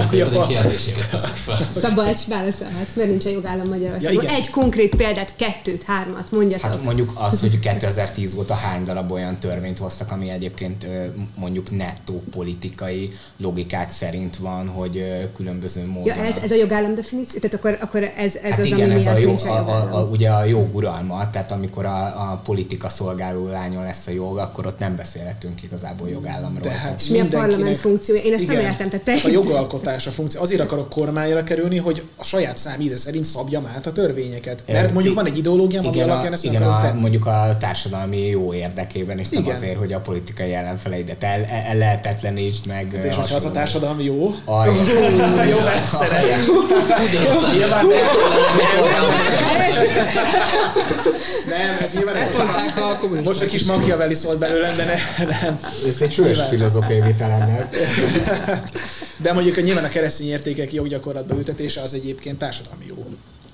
Szabolcs, válaszolhatsz, miért nincs a jogállam Magyarországon? Egy konkrét példát, 2-3 mondjatok. Hát mondjuk az, hogy 2010 óta hány darab olyan törvényt hoztak, ami egyébként mondjuk nettó politikai logikák szerint van, hogy különböző módon... Ja, ez a jogállam definíció? Tehát akkor ez hát az, igen, ami ez miatt nincs a jogállam. Ugye a joguralma, tehát amikor a politika szolgáló lányon lesz a jog, akkor ott nem beszélhetünk igazából jogállamról. És mi a parlament funkciója? Én ezt nem értem. Tehát a jogalkotás a funkció. Azért akarok kormányra kerülni, hogy a saját számíze szerint szabjam át a törvényeket. Mert mondjuk van egy ideológiám, ami alapján ezt nem akarom tenni. Mondjuk a társadalmi jó érdekében, és nem azért, hogy a politikai ellenfeleidet ellehetetlenítsd meg. És ha az a társadalmi jó? Jó, mert szeretem. Nem, ez nyilván most egy kis Machiavelli szólt belőlem, de nem. Ez egy súlyos filozófiai vita lenne. De mondjuk nyilván a keresztény értékek joggyakorlatba ültetése az egyébként társadalmi jó.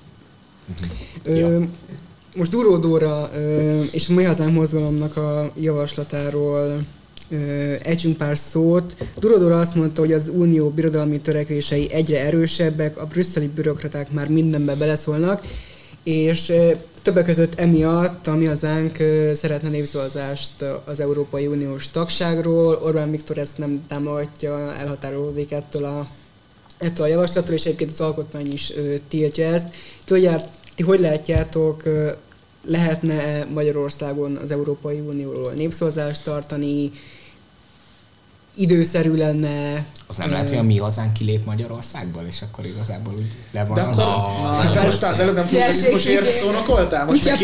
Most Duró Dóra és a Mi Hazánk mozgalomnak a javaslatáról ejtsünk pár szót. Duró Dóra azt mondta, hogy az unió birodalmi törekvései egyre erősebbek, a brüsszeli bürokraták már mindenbe beleszólnak, és többek között emiatt a Mi Hazánk szeretne népszavazást az Európai Uniós tagságról. Orbán Viktor ezt nem támogatja, elhatárolódik ettől a javaslatról, és egyébként az alkotmány is tiltja ezt. Ti hogy látjátok, lehetne Magyarországon az Európai Unióról népszavazást tartani, időszerű lenne... Az nem lehet, hogy a Mi Hazánk kilép Magyarországból, és akkor igazából úgy le van. De akkor most az előbb nem pluralizmusért szónokoltál? Most meg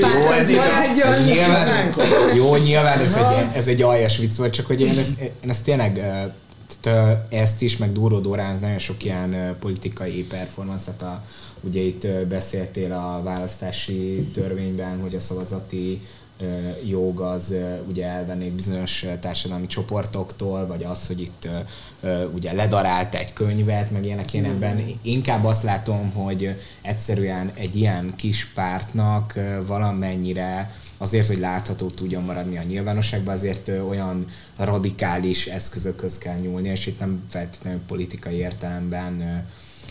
jó, nyilván ez egy aljas vicc volt, csak hogy én ezt tényleg ezt is, meg Duró Dórának nagyon sok ilyen politikai performance-et, ugye itt beszéltél a választási törvényben, hogy a szavazati jog az ugye elvennék bizonyos társadalmi csoportoktól, vagy az, hogy itt ugye ledarált egy könyvet, meg ilyenek én ebben. Inkább azt látom, hogy egyszerűen egy ilyen kis pártnak valamennyire azért, hogy látható tudjon maradni a nyilvánosságban, azért olyan radikális eszközökhöz kell nyúlni, és itt nem feltétlenül politikai értelemben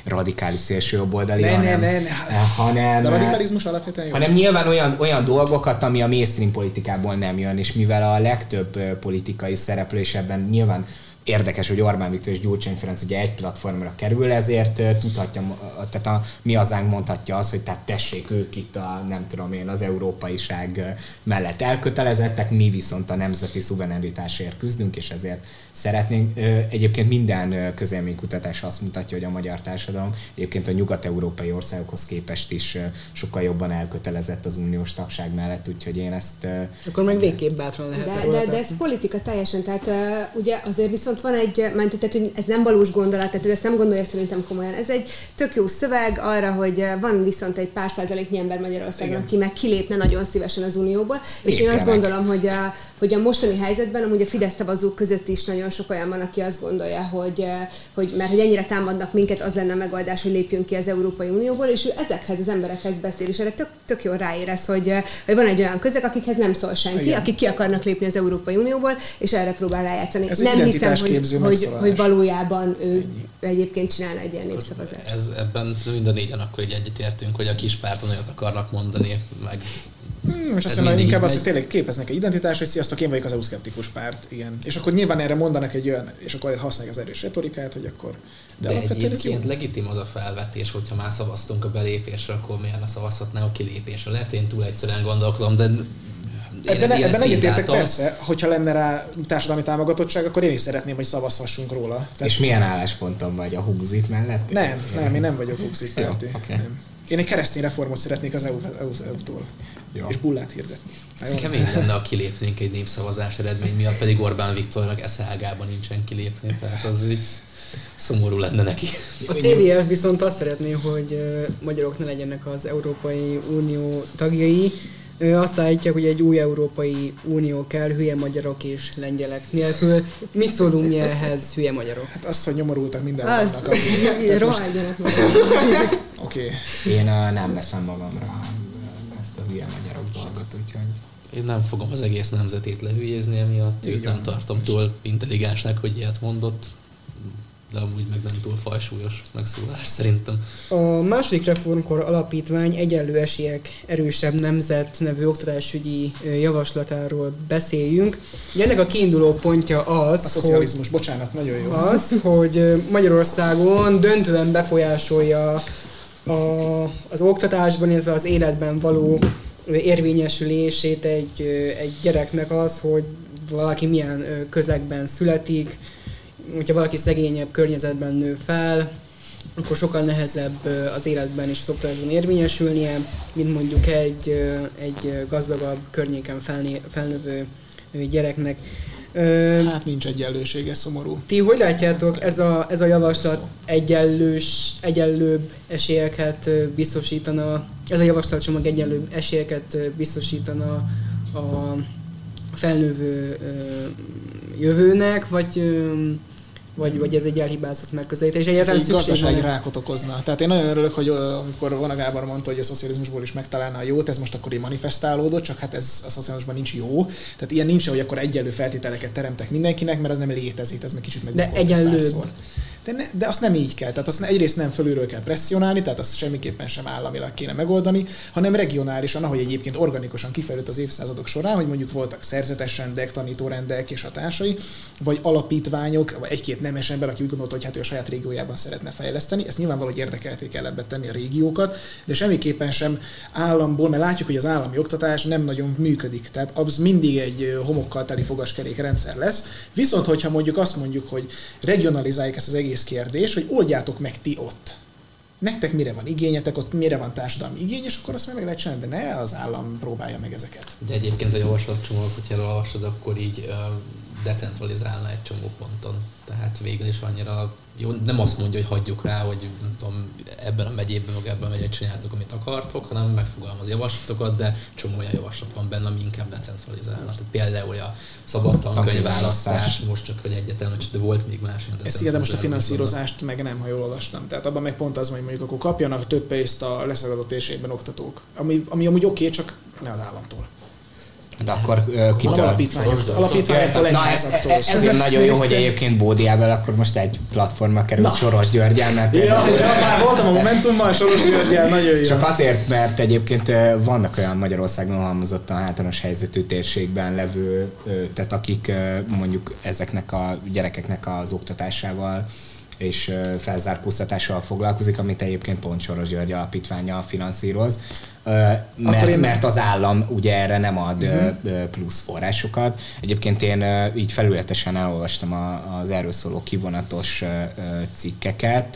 radikális szélsőjobboldali, hanem... De a radikalizmus alapvetően jó. Hanem nyilván olyan dolgokat, ami a mainstream politikából nem jön, és mivel a legtöbb politikai szereplő, és ebben nyilván érdekes, hogy Orbán Viktor és Gyurcsány Ferenc ugye egy platformra kerül, ezért tudhatja, tehát a Mi Hazánk mondhatja azt, hogy tehát tessék, ők itt nem tudom én, az európaiság mellett elkötelezettek, mi viszont a nemzeti szuverenitásért küzdünk, és ezért szeretnénk. Egyébként minden közélménykutatás azt mutatja, hogy a magyar társadalom egyébként a nyugat-európai országokhoz képest is sokkal jobban elkötelezett az uniós tagság mellett, úgyhogy én ezt... Akkor meg végképp bátran lehet. De ez politika teljesen, tehát ugye azért viszont van egy, tehát hogy ez nem valós gondolat, tehát ő ezt nem gondolja szerintem komolyan. Ez egy tök jó szöveg arra, hogy van viszont egy pár százaléknyi ember Magyarországon, aki meg kilépne nagyon szívesen az Unióból, és én azt gondolom, hogy a mostani helyzetben amúgy a Fidesz szavazók között is nagyon sok olyan van, aki azt gondolja, hogy mert hogy ennyire támadnak minket, az lenne a megoldás, hogy lépjünk ki az Európai Unióból, és ő ezekhez az emberekhez beszél, és erre tök jól ráérez, hogy van egy olyan közeg, akikhez nem szól senki, akik ki akarnak lépni az Európai Unióból, és erre próbál rájátszani. Nem hiszem, hogy valójában ő egyébként csinálna egy ilyen népszavazást. Ebben mind a négyen akkor így egyetértünk, hogy a kis párton olyat akarnak mondani, meg most azt mondom, inkább azt, hogy tényleg képeznek egy identitást, hogy sziasztok, én vagyok az EU-szkeptikus párt, igen. És akkor nyilván erre mondanak egy olyan, és akkor használják az erős retorikát, hogy akkor... De egyébként legitim az a felvetés, hogyha már szavaztunk a belépésre, akkor miért ne szavazhatnánk a kilépésre. Lehet, hogy én túl egyszerűen gondolkodom, de Ebben egyetértek persze, hogyha lenne rá társadalmi támogatottság, akkor én is szeretném, hogy szavazhassunk róla. Tehát... És milyen állásponton vagy? A Hugzit mellett? Nem, én nem vagyok Hugzit párti. Én egy keresztény reformot szeretnék az EU-tól. És bullát hirdetni. Ez kemény lenne, ha kilépnénk egy népszavazás eredmény miatt, pedig Orbán Viktornak esze ágában nincsen kilépni, tehát az így szomorú lenne neki. A CDF viszont azt szeretné, hogy magyarok ne legyenek az Európai Unió tagjai. Azt állítják, hogy egy új Európai Unió kell, hülye magyarok és lengyelek nélkül. Mit szólunk mi ehhez, hülye magyarok? Hát azt, hogy nyomorultak mindenhol vannak. Rohadjanak meg. Oké. Én nem veszem magamra ezt a hülye magyarok dolgot, úgyhogy... Én nem fogom az egész nemzetét lehülyézni emiatt, őt nem tartom túl intelligensnek, hogy ilyet mondott, de amúgy meg nem túl fajsúlyos megszólás szerintem. A második reformkor alapítvány egyenlő esélyek erősebb nemzet nevű oktatásügyi javaslatáról beszéljünk. Ennek a kiinduló pontja az, a szocializmus, bocsánat, nagyon jó. Az, hogy Magyarországon döntően befolyásolja az oktatásban, illetve az életben való érvényesülését egy gyereknek az, hogy valaki milyen közegben születik. Hogyha valaki szegényebb környezetben nő fel, akkor sokkal nehezebb az életben és az oktatásban érvényesülnie, mint mondjuk egy gazdagabb környéken felnövő gyereknek. Hát nincs egyenlőség, ez szomorú. Ti hogy látjátok, ez a javaslat egyenlőbb esélyeket biztosítana, ez a javaslatcsomag egyenlőbb esélyeket biztosítana a felnövő jövőnek, vagy ez egy elhibázott megközelítés? Ez egy gazdasági rákot okozna. Tehát én nagyon örülök, hogy amikor Vona Gábor mondta, hogy a szocializmusból is megtalálna a jót, ez most akkor így manifestálódott, csak hát ez a szocializmusban nincs jó. Tehát ilyen nincs, hogy akkor egyenlő feltételeket teremtek mindenkinek, mert az nem létezik, ez meg kicsit meg. De egyenlő. De azt nem így kell. Tehát azt egyrészt nem fölülről kell presszionálni, tehát azt semmiképpen sem államilag kéne megoldani, hanem regionálisan, ahogy egyébként organikusan kifejlődött az évszázadok során, hogy mondjuk voltak szerzetes rendek, tanítórendek és a társai, vagy alapítványok, vagy egy-két nemes ember, aki úgy gondolta, hogy hát ő a saját régiójában szeretne fejleszteni. Ezt nyilvánvaló, hogy érdekelté kell ebbe tenni a régiókat, de semmiképpen sem államból, mert látjuk, hogy az állami oktatás nem nagyon működik. Tehát az mindig egy homokkal teli fogaskerék rendszer lesz. Viszont, hogyha mondjuk azt mondjuk, hogy regionalizáljuk ezt az egész kérdés, hogy oldjátok meg ti ott. Nektek mire van igényetek, ott mire van társadalmi igény, és akkor azt meg lehet csinálni, de ne az állam próbálja meg ezeket. De egyébként ez a javaslatcsomag, hogyha elolvasod, akkor így decentralizálna egy csomó ponton. Tehát végül is annyira jó, nem azt mondja, hogy hagyjuk rá, hogy nem tudom, ebben a megyében, meg ebben a megyében csináltok, amit akartok, hanem megfogalmaz javaslatokat, de csomó olyan javaslat van benne, ami inkább decentralizálna. Tehát például a szabad tankönyvválasztás, most csak hogy egyetlen, de volt még más. De most a finanszírozást meg nem, ha jól olvastam. Tehát abban meg pont az, hogy mondjuk akkor kapjanak több pénzt a leszakadott térségben oktatók. Ami amúgy oké, csak ne az államtól. De akkor kitől? Alapítványoktól, egyházaktól. Ezért nagyon jó, hogy egyébként Bódiával akkor most egy platformra került Soros Györgyel, mert már voltam a Momentummal, Soros Györgyel, nagyon jó. Csak azért, mert egyébként vannak olyan Magyarországon halmozottan hátrányos helyzetű térségben levő, tehát akik mondjuk ezeknek a gyerekeknek az oktatásával és felzárkóztatással foglalkozik, amit egyébként pont Soros György alapítványa finanszíroz. Mert az állam ugye erre nem ad plusz forrásokat. Egyébként én így felületesen elolvastam az erről szóló kivonatos cikkeket,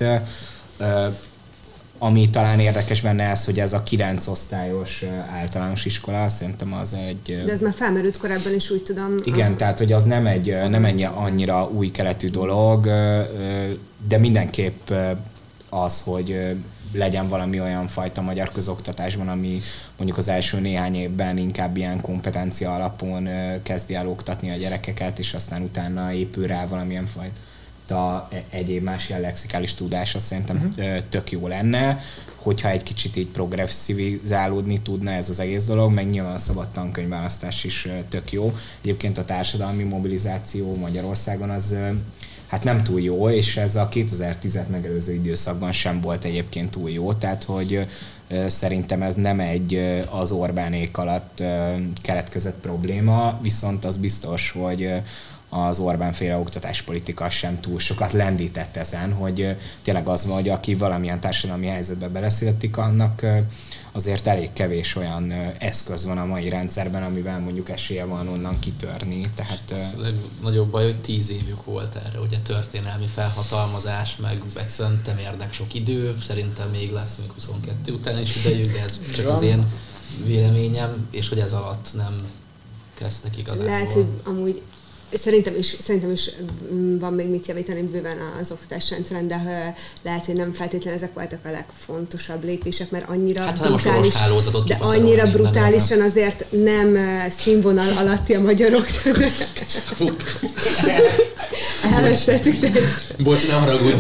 ami talán érdekes benne ez, hogy ez a 9 osztályos általános iskola, szerintem az egy... De ez már felmerült korábban is, úgy tudom. Igen, tehát hogy az nem egy annyira új keletű dolog, de mindenképp az, hogy legyen valami olyan fajta magyar közoktatásban, ami mondjuk az első néhány évben inkább ilyen kompetencia alapon kezdi el oktatni a gyerekeket, és aztán utána épül rá valamilyen fajta egyéb más ilyen lexikális tudása, szerintem tök jó lenne, hogyha egy kicsit így progresszivizálódni tudna ez az egész dolog, meg nyilván a szabad tankönyvválasztás is tök jó. Egyébként a társadalmi mobilizáció Magyarországon az hát nem túl jó, és ez a 2010-et megelőző időszakban sem volt egyébként túl jó, tehát hogy szerintem ez nem egy az Orbánék alatt keletkezett probléma, viszont az biztos, hogy az Orbán-féle oktatáspolitika sem túl sokat lendített ezen, hogy tényleg az van, hogy aki valamilyen társadalmi helyzetbe beleszületik, annak azért elég kevés olyan eszköz van a mai rendszerben, amivel mondjuk esélye van onnan kitörni. Tehát, a legnagyobb baj, hogy 10 évük volt erre, ugye történelmi felhatalmazás, meg szerintem érdek sok idő, szerintem még lesz még 22 után is idejük, de ez csak az én véleményem, és hogy ez alatt nem kezdtek igazából. Lehet, hogy amúgy Szerintem is van még mit javítani bőven az oktatási rendszeren, de lehet, hogy nem feltétlenül ezek voltak a legfontosabb lépések, mert annyira brutálisan azért nem színvonal alatti a magyar oktatás. Elvesztettük, de... Bocs, ne haragudj,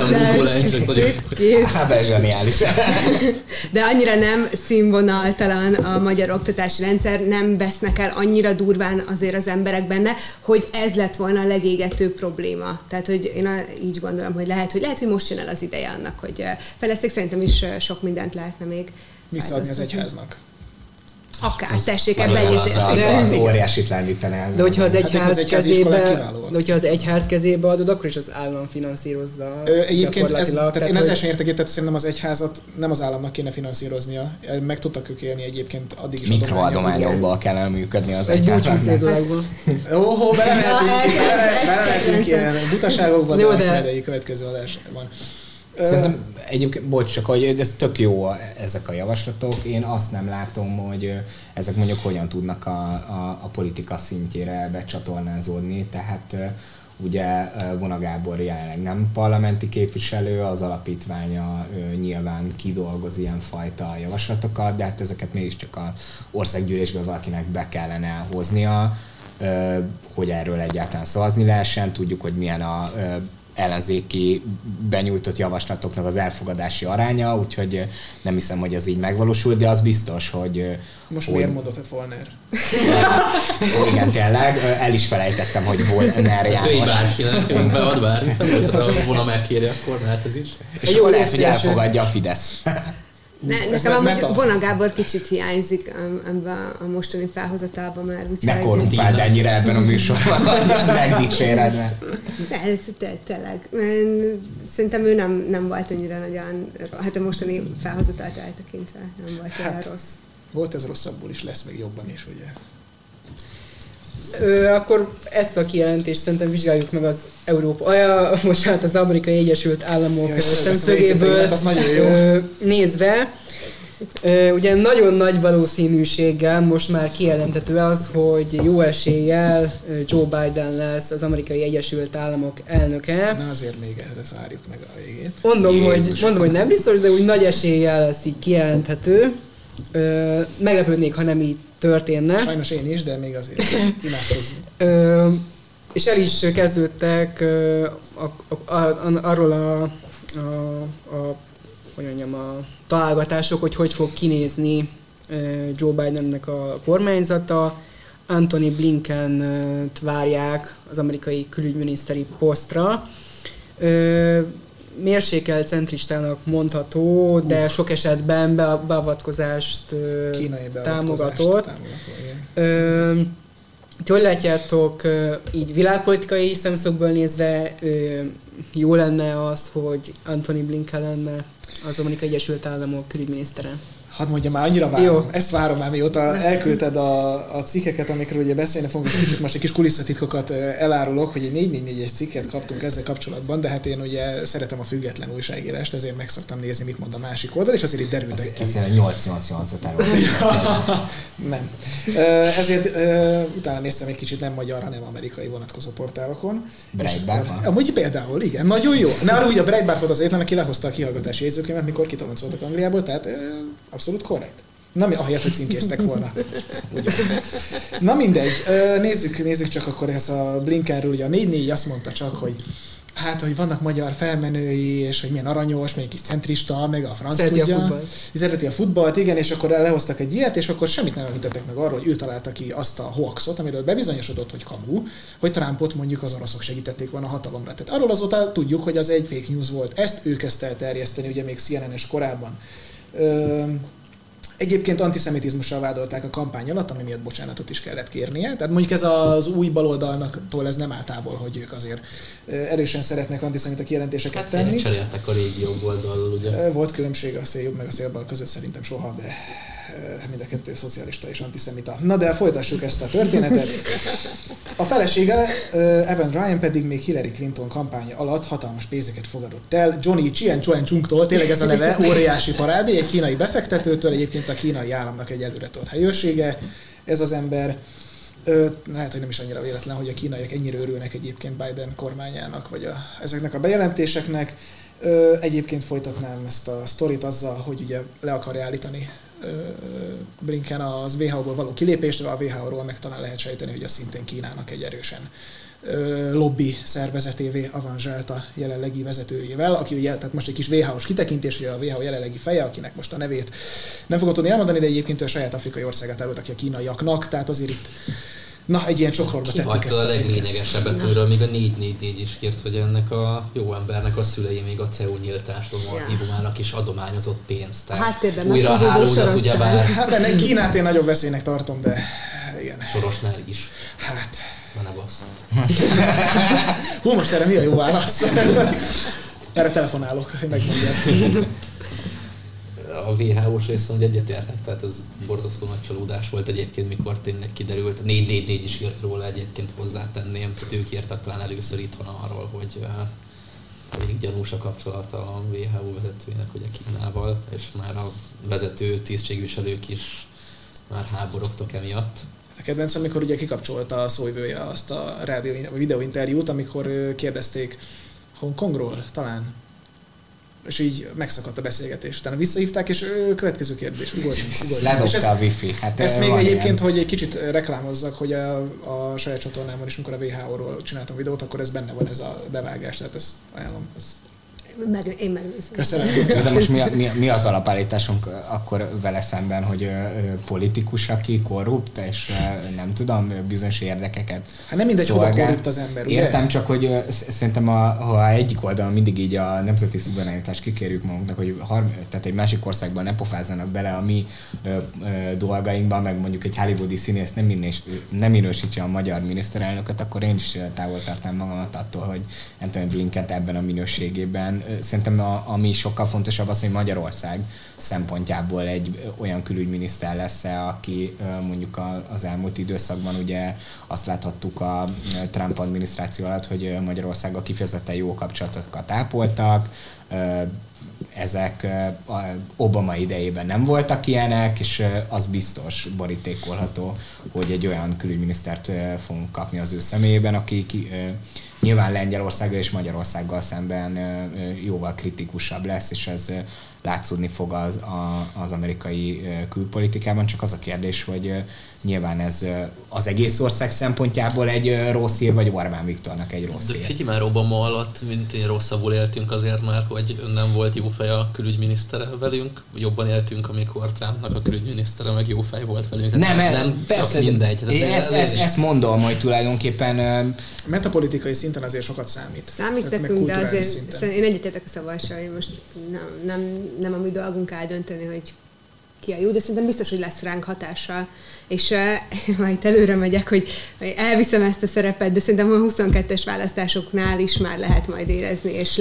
zseniális. De annyira nem színvonaltalan a magyar oktatási rendszer, nem vesznek el annyira durván azért az emberek benne, hogy ez lett volna a legégetőbb probléma. Tehát, hogy én így gondolom, hogy lehet, hogy most jön el az ideje annak, hogy fejleszték. Szerintem is sok mindent lehetne még visszaadni az egyháznak. Akár, tessék, ebben az óriásit lendíteni el. De hogyha az egyház kezébe adod, akkor is az állam finanszírozza. Egyébként én ezzel sem értek, tehát szerintem az egyházat nem az államnak kéne finanszíroznia. Meg tudtak ők élni egyébként addig is. Mikroadományokból kellene működni az egyháznak. Belemeltünk ilyen butaságokba, de az idei következő adásban. Szerintem egyébként, bocs, csak hogy ez tök jó ezek a javaslatok. Én azt nem látom, hogy ezek mondjuk hogyan tudnak a politika szintjére becsatornázódni. Tehát ugye Vona Gábor jelenleg nem parlamenti képviselő, az alapítványa nyilván kidolgoz ilyen fajta javaslatokat, de hát ezeket mégiscsak az országgyűlésben valakinek be kellene hoznia, hogy erről egyáltalán szavazni lehessen. Tudjuk, hogy milyen a ellenzéki benyújtott javaslatoknak az elfogadási aránya, úgyhogy nem hiszem, hogy ez így megvalósul, de az biztos, hogy... Most miért mondott a Volner? Igen, tényleg, el is felejtettem, hogy Volner János. Ő így bárkinek bead bármit, ha Vona megkéri, akkor hát ez is. És jó lehet, hogy elfogadja a Fidesz. Nekem amúgy Vona Gábor kicsit hiányzik ebben a mostani felhozatában már. Ne korrumpáld ennyire ebben a műsorban, megdicséred, mert... De tényleg. Szerintem ő nem volt annyira nagyon, hát a mostani felhozatát eltekintve nem volt olyan rossz. Volt ez rosszabbul is, lesz még jobban is, ugye? Akkor ezt a kijelentést szerintem vizsgáljuk meg az az Amerikai Egyesült Államok szemszögéből nézve. Ugye nagyon nagy valószínűséggel most már kijelenthető az, hogy jó eséllyel Joe Biden lesz az Amerikai Egyesült Államok elnöke. Na azért még erre zárjuk meg a végét. Mondom, hogy nem biztos, de úgy nagy eséllyel lesz így kijelenthető. Meglepődnék, ha nem így történne. Sajnos én is, de még azért imádkozzunk. És el is kezdődtek arról a találgatások, hogy fog kinézni Joe Bidennek a kormányzata. Antony Blinkent várják az amerikai külügyminiszteri posztra. Mérsékelt centristának mondható, de sok esetben beavatkozást támogatott. Hogy látjátok, így világpolitikai szemszögből nézve jó lenne az, hogy Antony Blinken lenne az Amerikai Egyesült Államok külügyminisztere? Hadd mondjam, már annyira várom. Jó. Ezt várom már, mióta elküldted a cikkeket, amikről ugye beszélni fogunk, kicsit most egy kis kulisszatitkokat elárulok, hogy egy 444-es cikket kaptunk ezzel kapcsolatban, de hát én ugye szeretem a független újságírást, ezért meg szoktam nézni, mit mond a másik oldal, és azért itt derültek ki. Ezért a 888-at elolvastam. Nem. Ezért utána néztem egy kicsit nem magyar, hanem amerikai vonatkozó portálokon. Breitbart? Amúgy például, igen, nagyon jó. Ne arra, hogy a Breitbart volt az egyetlen, aki lehozta a kihallgatási jegyzőkönyvet, mikor kitoloncoltak Angliából, tehát abszolút korrekt. Na, ahelyett, hogy címkéztek volna. Na mindegy, nézzük csak akkor ezt a Blinkenről. Ugye a 444 azt mondta csak, hogy hát, hogy vannak magyar felmenői, és hogy milyen aranyos, még kis centrista, meg a franc tudja. Szereti a futballt, igen, és akkor lehoztak egy ilyet, és akkor semmit nem említettek meg arról, hogy ő találta ki azt a hoaxot, amiről bebizonyosodott, hogy kamu, hogy Trumpot mondjuk az oroszok segítették volna a hatalomra. Tehát arról azóta tudjuk, hogy az egy fake news volt. Ezt ő kezdte el terjeszteni, ugye még CNN-es korában. Egyébként antiszemitizmussal vádolták a kampány alatt, ami miatt bocsánatot is kellett kérnie. Tehát mondjuk ez az új baloldalnaktól ez nem áll távol, hogy ők azért erősen szeretnek antiszemita kijelentéseket tenni. Hát cseréltek a régi jobb oldalról, ugye? Volt különbség a széljobb meg a szélbal között szerintem soha, de mind a kettő szocialista és antiszemita. Na de folytassuk ezt a történetet. A felesége, Evan Ryan pedig még Hillary Clinton kampánya alatt hatalmas pénzeket fogadott el. Johnny Chien-Chung-tól, tényleg ez a neve, óriási parádé, egy kínai befektetőtől, egyébként a kínai államnak egy előre tolt helyőrsége. Ez az ember, lehet, hogy nem is annyira véletlen, hogy a kínaiak ennyire örülnek egyébként Biden kormányának, vagy ezeknek a bejelentéseknek. Egyébként folytatnám ezt a sztorit azzal, hogy ugye le akarja állítani Blinken az WHO-ból való kilépést, a WHO-ról meg talán lehet sejteni, hogy az szintén Kínának egy erősen lobby szervezetévé avanzsált a jelenlegi vezetőjével, aki ugye, tehát most egy kis WHO-s kitekintés, hogy a WHO jelenlegi feje, akinek most a nevét nem fogom tudni elmondani, de egyébként a saját afrikai országát árultak ki a kínaiaknak, tehát azért itt egy ilyen csokorba tettük ezt. A leglényegesebbet, amiről még a 444 is kért, hogy ennek a jó embernek a szülei még a CEU nyíltásomának is adományozott pénzt. Háttérben újra a hálózat ugyebár. Hát ennek Kínát én nagyobb veszélynek tartom, de igen. Sorosnál is. Hát. Na ne bassz. Hú, most erre mi a jó válasz? Erre telefonálok, hogy megmondjam. A WHO-s részen egyetértek, tehát ez borzasztó nagy csalódás volt egyébként, mikor tényleg kiderült. A 444 is írt róla, egyébként hozzátenném, tehát ők írtak talán először itthon arról, hogy elég gyanús a kapcsolata a WHO vezetőjének ugye Kínával, és már a vezető tisztségviselők is már háborogtak emiatt. A kedvenc, amikor ugye kikapcsolta a szóvivője azt a videóinterjút, amikor kérdezték Hongkongról talán, és így megszakadt a beszélgetés. Utána visszahívták, és következő kérdés. Ledobta a wifi. Hát ezt még egyébként, ilyen, hogy egy kicsit reklámozzak, hogy a saját csatornámon is, amikor a WHO-ról csináltam videót, akkor ez benne van, ez a bevágás, tehát ezt ajánlom. Én megnézem. Köszönöm. De most mi az alapállításunk akkor vele szemben, hogy politikus, aki korrupt, és nem tudom, bizonyos érdekeket hát nem mindegy, hova korrupt az ember, ugye? Értem, csak hogy szerintem ha egyik oldalon mindig így a nemzeti szuverenitást kikérjük magunknak, hogy tehát egy másik országban ne pofázzanak bele a mi dolgainkban, meg mondjuk egy hollywoodi színész nem minősítse a magyar miniszterelnököt, akkor én is távol tartnám magamat attól, hogy Antony Blinken ebben a minőségében. Szerintem ami sokkal fontosabb az, hogy Magyarország szempontjából egy olyan külügyminiszter lesz, aki mondjuk az elmúlt időszakban ugye azt láthattuk a Trump adminisztráció alatt, hogy Magyarországgal kifejezetten jó kapcsolatokat ápoltak, ezek Obama idejében nem voltak ilyenek, és az biztos borítékolható, hogy egy olyan külügyminisztert fogunk kapni az ő személyében, aki nyilván Lengyelországgal és Magyarországgal szemben jóval kritikusabb lesz, és ez látszódni fog az amerikai külpolitikában, csak az a kérdés, hogy nyilván ez az egész ország szempontjából egy rossz hír, vagy Orbán Viktornak egy rossz hír. De figyelj már, Obama alatt mint rosszabbul éltünk azért már, hogy nem volt jó fej a külügyminisztere velünk, jobban éltünk, amikor Trumpnak a külügyminisztere meg jó fej volt velünk. Nem persze, mindegy. Ezt mondom, hogy tulajdonképpen... Metapolitikai szinten azért sokat számít. Számít nekünk, de azért én egyetértek a szavassal, hogy most nem a mi dolgunk eldönteni, hogy ki a jó, de szerintem biztos, hogy lesz ránk hatással. És majd itt előre megyek, hogy elviszem ezt a szerepet, de szerintem a 22-es választásoknál is már lehet majd érezni, és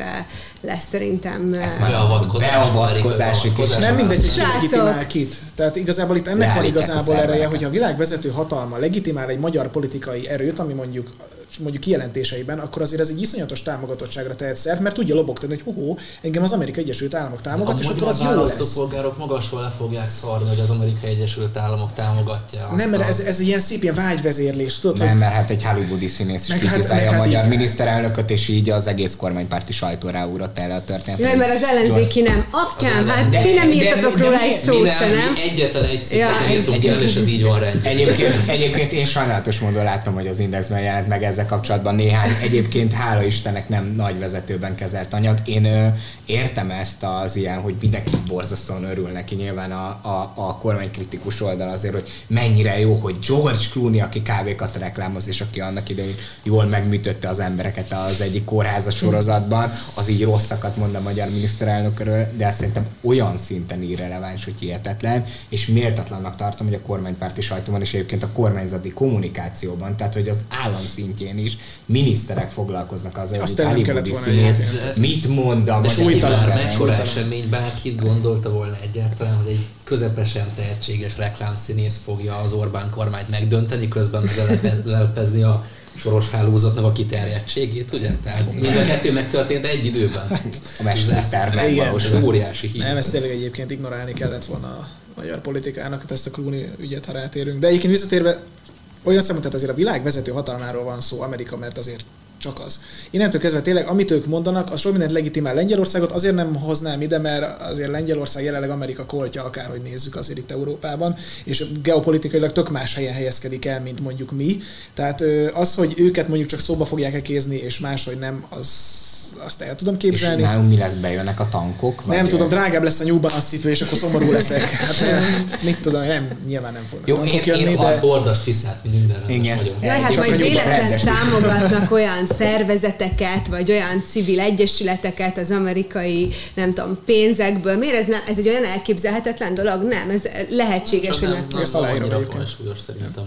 lesz szerintem... Ez már beavatkozás. Nem mindegy, hogy legitimál kit. Tehát igazából itt ennek van igazából ereje, hogy a világ vezető hatalma legitimál egy magyar politikai erőt, ami mondjuk kijelentéseiben, akkor azért ez egy iszonyatos támogatottságra tehet szert, mert tudja lobogtatni, hogy engem az Amerikai Egyesült Államok támogat, és akkor az jó lesz. A választópolgárok magasról le fogják szarni, hogy az Amerikai Egyesült Államok támogatja azt. Nem, mert ez ilyen szép ilyen vágyvezérlés, tudod? Nem, mert hát egy hollywoodi színész is kritizálja a magyar miniszterelnököt, és így az egész kormánypárti sajtó ráugrott erre a történetre. Jaj, mert az ellenzéki nem. Apjám, hát ti nem írtatok róla egy szót se, nem? Egyetlen egy cikket írtunk el, és ez így van rendben. Egyébként én sajnálatos módon láttam, hogy az Indexben jelent meg ezzel kapcsolatban néhány egyébként hála Istennek nem nagy vezetőben kezelt anyag. Én értem ezt az ilyen, hogy mindenki borzasztóan örül neki, nyilván a kormánykritikus oldal azért, hogy mennyire jó, hogy George Clooney, aki kávékat reklámoz, és aki annak idején jól megműtötte az embereket az egyik kórházas sorozatban, az így rosszakat mond a magyar miniszterelnökről, de szerintem olyan szinten irreleváns, hogy hihetetlen, és méltatlannak tartom, hogy a kormánypárti sajtóban és egyébként a kormányzati kommunikációban, tehát hogy az állam szintjén is miniszterek foglalkoznak azzal, hogy hollywoodi színész mit mond a magyar mekkora esemény, bárkit gondolta volna egyáltalán, hogy egy közepesen tehetséges reklámszínész fogja az Orbán kormányt megdönteni, közben meglepezni a soros hálózatnak a kiterjedtségét, ugye? Tehát mind a kettő megtörtént egy időben. A mesterterv megvalósul. Ez óriási hír. Nem, ezt tényleg egyébként ignorálni kellett volna a magyar politikának, ezt a Clooney ügyet, ha rátérünk. De egyébként visszatérve, olyan szempontból azért a világ vezető hatalmáról van szó, Amerika, mert azért csak az. Innentől kezdve tényleg, amit ők mondanak, az sok mindent legitimál Lengyelországot, azért nem hoznám ide, mert azért Lengyelország jelenleg Amerika koltja, akárhogy nézzük azért itt Európában, és geopolitikailag tök más helyen helyezkedik el, mint mondjuk mi. Tehát az, hogy őket mondjuk csak szóba fogják ekézni, és máshogy nem, azt el tudom képzelni. És nálunk mi lesz, bejönnek a tankok? Nem tudom, drágább lesz a New Balance cipő, és akkor szomorú leszek. Hát mit tudom, nyilván nem fognak tankok jönni, de... Fordas Tiszát, mint minden magyar. Jaj, hát majd véletlen támogatnak olyan szervezeteket, vagy olyan civil egyesületeket az amerikai, nem tudom, pénzekből. Miért ez egy olyan elképzelhetetlen dolog? Nem, ez lehetséges, hogy nem annyira fajsúlyos szerintem.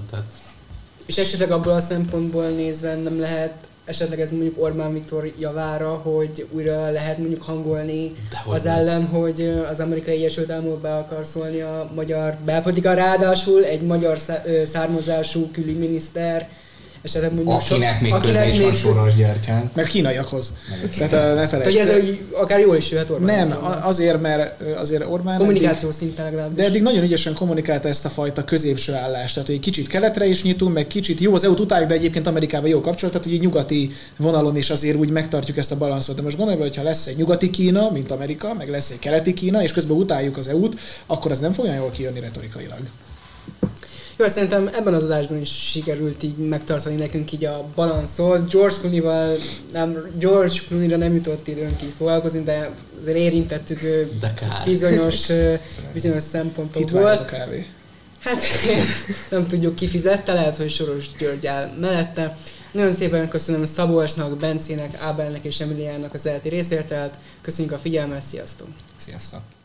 És esetleg abból a szempontból nézve nem lehet esetleg ez mondjuk Orbán Viktor javára, hogy újra lehet mondjuk hangolni az ellen, hogy az Amerikai Egyesült Államok be akar szólni a magyar belpolitika, ráadásul egy magyar származású külügyminiszter, esetleg mondjuk akinek még köze is van Soros Györgyhöz. Meg kínaiakhoz. Tehát ne felejtsd. Ez akár jól is jöhet Orbán. Nem, azért, mert azért Orbán kommunikáció szinten legalábbis. De eddig nagyon ügyesen kommunikálta ezt a fajta középső állást. Tehát, hogy egy kicsit keletre is nyitunk, meg kicsit jó az EU-t utáljuk, de egyébként Amerikával jó kapcsolat, tehát hogy egy nyugati vonalon is azért úgy megtartjuk ezt a balanszot. De most gondolj bele, hogyha lesz egy nyugati Kína, mint Amerika, meg lesz egy keleti Kína, és közben utáljuk az EU-t, akkor az nem fog olyan jól kijönni retorikailag. Jó, szerintem ebben az adásban is sikerült így megtartani nekünk így a balanszot. George Clooney-ra nem jutott időnk így foglalkozni, de azért érintettük bizonyos szempontokból. Itt van ez a kávé. Hát nem tudjuk ki fizette, lehet, hogy Soros György áll mellette. Nagyon szépen köszönöm Szabolcsnak, Bencének, Ábelnek és Emiliának az elti részvételt. Köszönjük a figyelmet, sziasztok! Sziasztok!